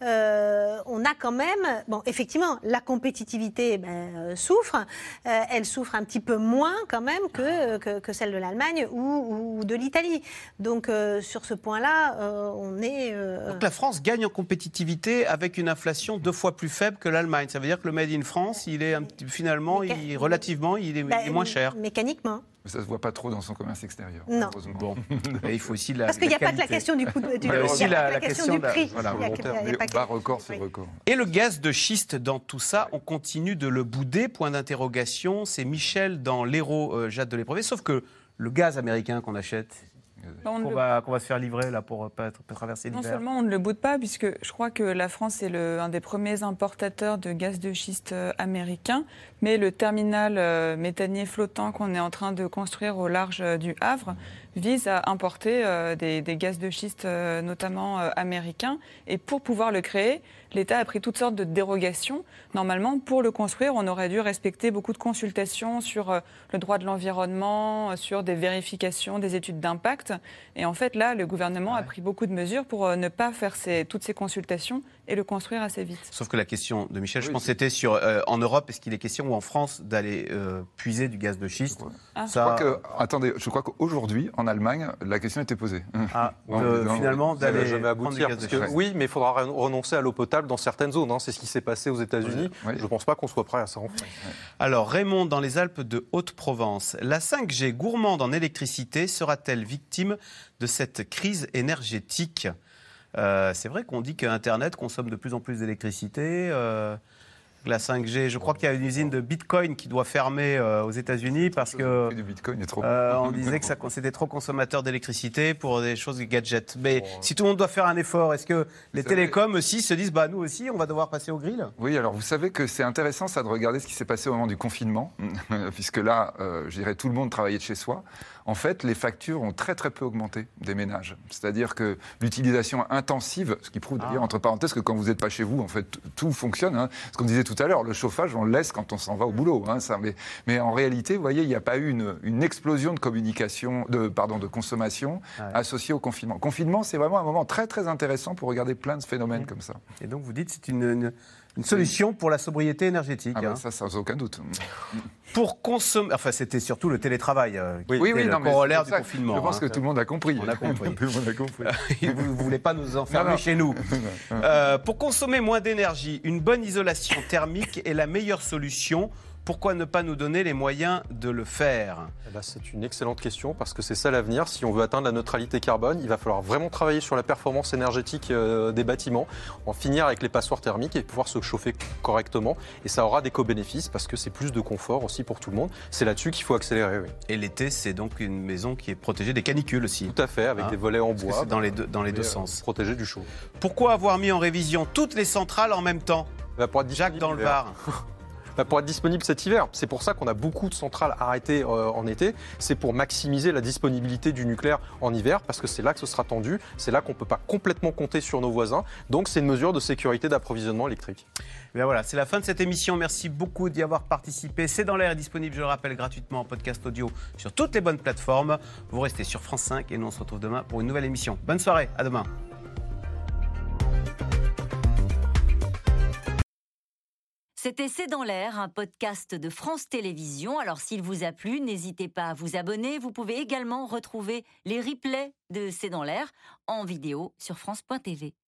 a quand même. Bon, effectivement, la compétitivité souffre. Elle souffre un petit peu moins quand même que celle de l'Allemagne ou de l'Italie. Donc sur ce point-là, on est. Donc la France gagne en compétitivité avec une inflation 2 fois plus faible que l'Allemagne. Ça veut dire que le Made in France, il est finalement, relativement, il est moins cher. Mécaniquement. Ça ne se voit pas trop dans son commerce extérieur. Non. Bon. Et il faut aussi parce qu'il n'y a pas que la question du coût de il y a aussi la question du prix. Voilà, bas record, c'est record. Et le gaz de schiste dans tout ça, on continue de le bouder, point d'interrogation. C'est Michel dans l'Hérault, Jade de l'Épreuvé. Sauf que le gaz américain qu'on achète, qu'on va se faire livrer là pour traverser l'hiver. Non seulement on ne le boude pas, puisque je crois que la France est un des premiers importateurs de gaz de schiste américain, mais le terminal méthanier flottant qu'on est en train de construire au large du Havre vise à importer des gaz de schiste notamment américains. Et pour pouvoir le créer, l'État a pris toutes sortes de dérogations. Normalement, pour le construire, on aurait dû respecter beaucoup de consultations sur le droit de l'environnement, sur des vérifications, des études d'impact. Et en fait, là, le gouvernement a pris beaucoup de mesures pour ne pas faire toutes ces consultations et le construire assez vite. Sauf que la question de Michel, je pense, c'était sur en Europe, est-ce qu'il est question ou en France d'aller puiser du gaz de schiste Je crois qu'aujourd'hui, en Allemagne, la question était posée. Finalement, d'aller jamais aboutir. Oui, mais il faudra renoncer à l'eau potable dans certaines zones. C'est ce qui s'est passé aux États-Unis. Je ne pense pas qu'on soit prêt à ça en France. Alors, Raymond, dans les Alpes de Haute-Provence, la 5G gourmande en électricité sera-t-elle victime de cette crise énergétique ? C'est vrai qu'on dit qu'Internet consomme de plus en plus d'électricité. La 5G, je crois qu'il y a une usine de Bitcoin qui doit fermer aux États-Unis parce que on disait que c'était trop consommateur d'électricité pour des choses, des gadgets. Mais si tout le monde doit faire un effort, est-ce que les télécoms aussi se disent nous aussi, on va devoir passer au grill ? Oui, alors vous savez que c'est intéressant ça de regarder ce qui s'est passé au moment du confinement, puisque là, je dirais, tout le monde travaillait de chez soi. En fait, les factures ont très très peu augmenté des ménages. C'est-à-dire que l'utilisation intensive, ce qui prouve d'ailleurs, entre parenthèses, que quand vous n'êtes pas chez vous, en fait, tout fonctionne. Ce qu'on disait tout à l'heure, le chauffage, on le laisse quand on s'en va au boulot. Mais en réalité, vous voyez, il n'y a pas eu une explosion de de consommation associée au confinement. Le confinement, c'est vraiment un moment très très intéressant pour regarder plein de phénomènes comme ça. Et donc vous dites c'est une solution pour la sobriété énergétique. Ça, sans aucun doute. Pour consommer... Enfin, c'était surtout le télétravail qui était le mais corollaire du confinement. Je pense que tout le monde a compris. On a compris. Tout le monde a compris. Vous ne voulez pas nous enfermer chez nous. Pour consommer moins d'énergie, une bonne isolation thermique est la meilleure solution. Pourquoi ne pas nous donner les moyens de le faire ? C'est une excellente question parce que c'est ça l'avenir. Si on veut atteindre la neutralité carbone, il va falloir vraiment travailler sur la performance énergétique des bâtiments, en finir avec les passoires thermiques et pouvoir se chauffer correctement. Et ça aura des co-bénéfices parce que c'est plus de confort aussi pour tout le monde. C'est là-dessus qu'il faut accélérer. Oui. Et l'été, c'est donc une maison qui est protégée des canicules aussi. Tout à fait, avec des volets en bois. C'est dans les deux sens. Protégé du chaud. Pourquoi avoir mis en révision toutes les centrales en même temps ? Jacques dans le Var. Pour être disponible cet hiver. C'est pour ça qu'on a beaucoup de centrales arrêtées en été. C'est pour maximiser la disponibilité du nucléaire en hiver, parce que c'est là que ce sera tendu, c'est là qu'on ne peut pas complètement compter sur nos voisins. Donc c'est une mesure de sécurité d'approvisionnement électrique. Et bien voilà, c'est la fin de cette émission. Merci beaucoup d'y avoir participé. C'est dans l'air est disponible, je le rappelle, gratuitement en podcast audio sur toutes les bonnes plateformes. Vous restez sur France 5 et nous on se retrouve demain pour une nouvelle émission. Bonne soirée, à demain. C'était C'est dans l'air, un podcast de France Télévisions. Alors s'il vous a plu, n'hésitez pas à vous abonner. Vous pouvez également retrouver les replays de C'est dans l'air en vidéo sur France.tv.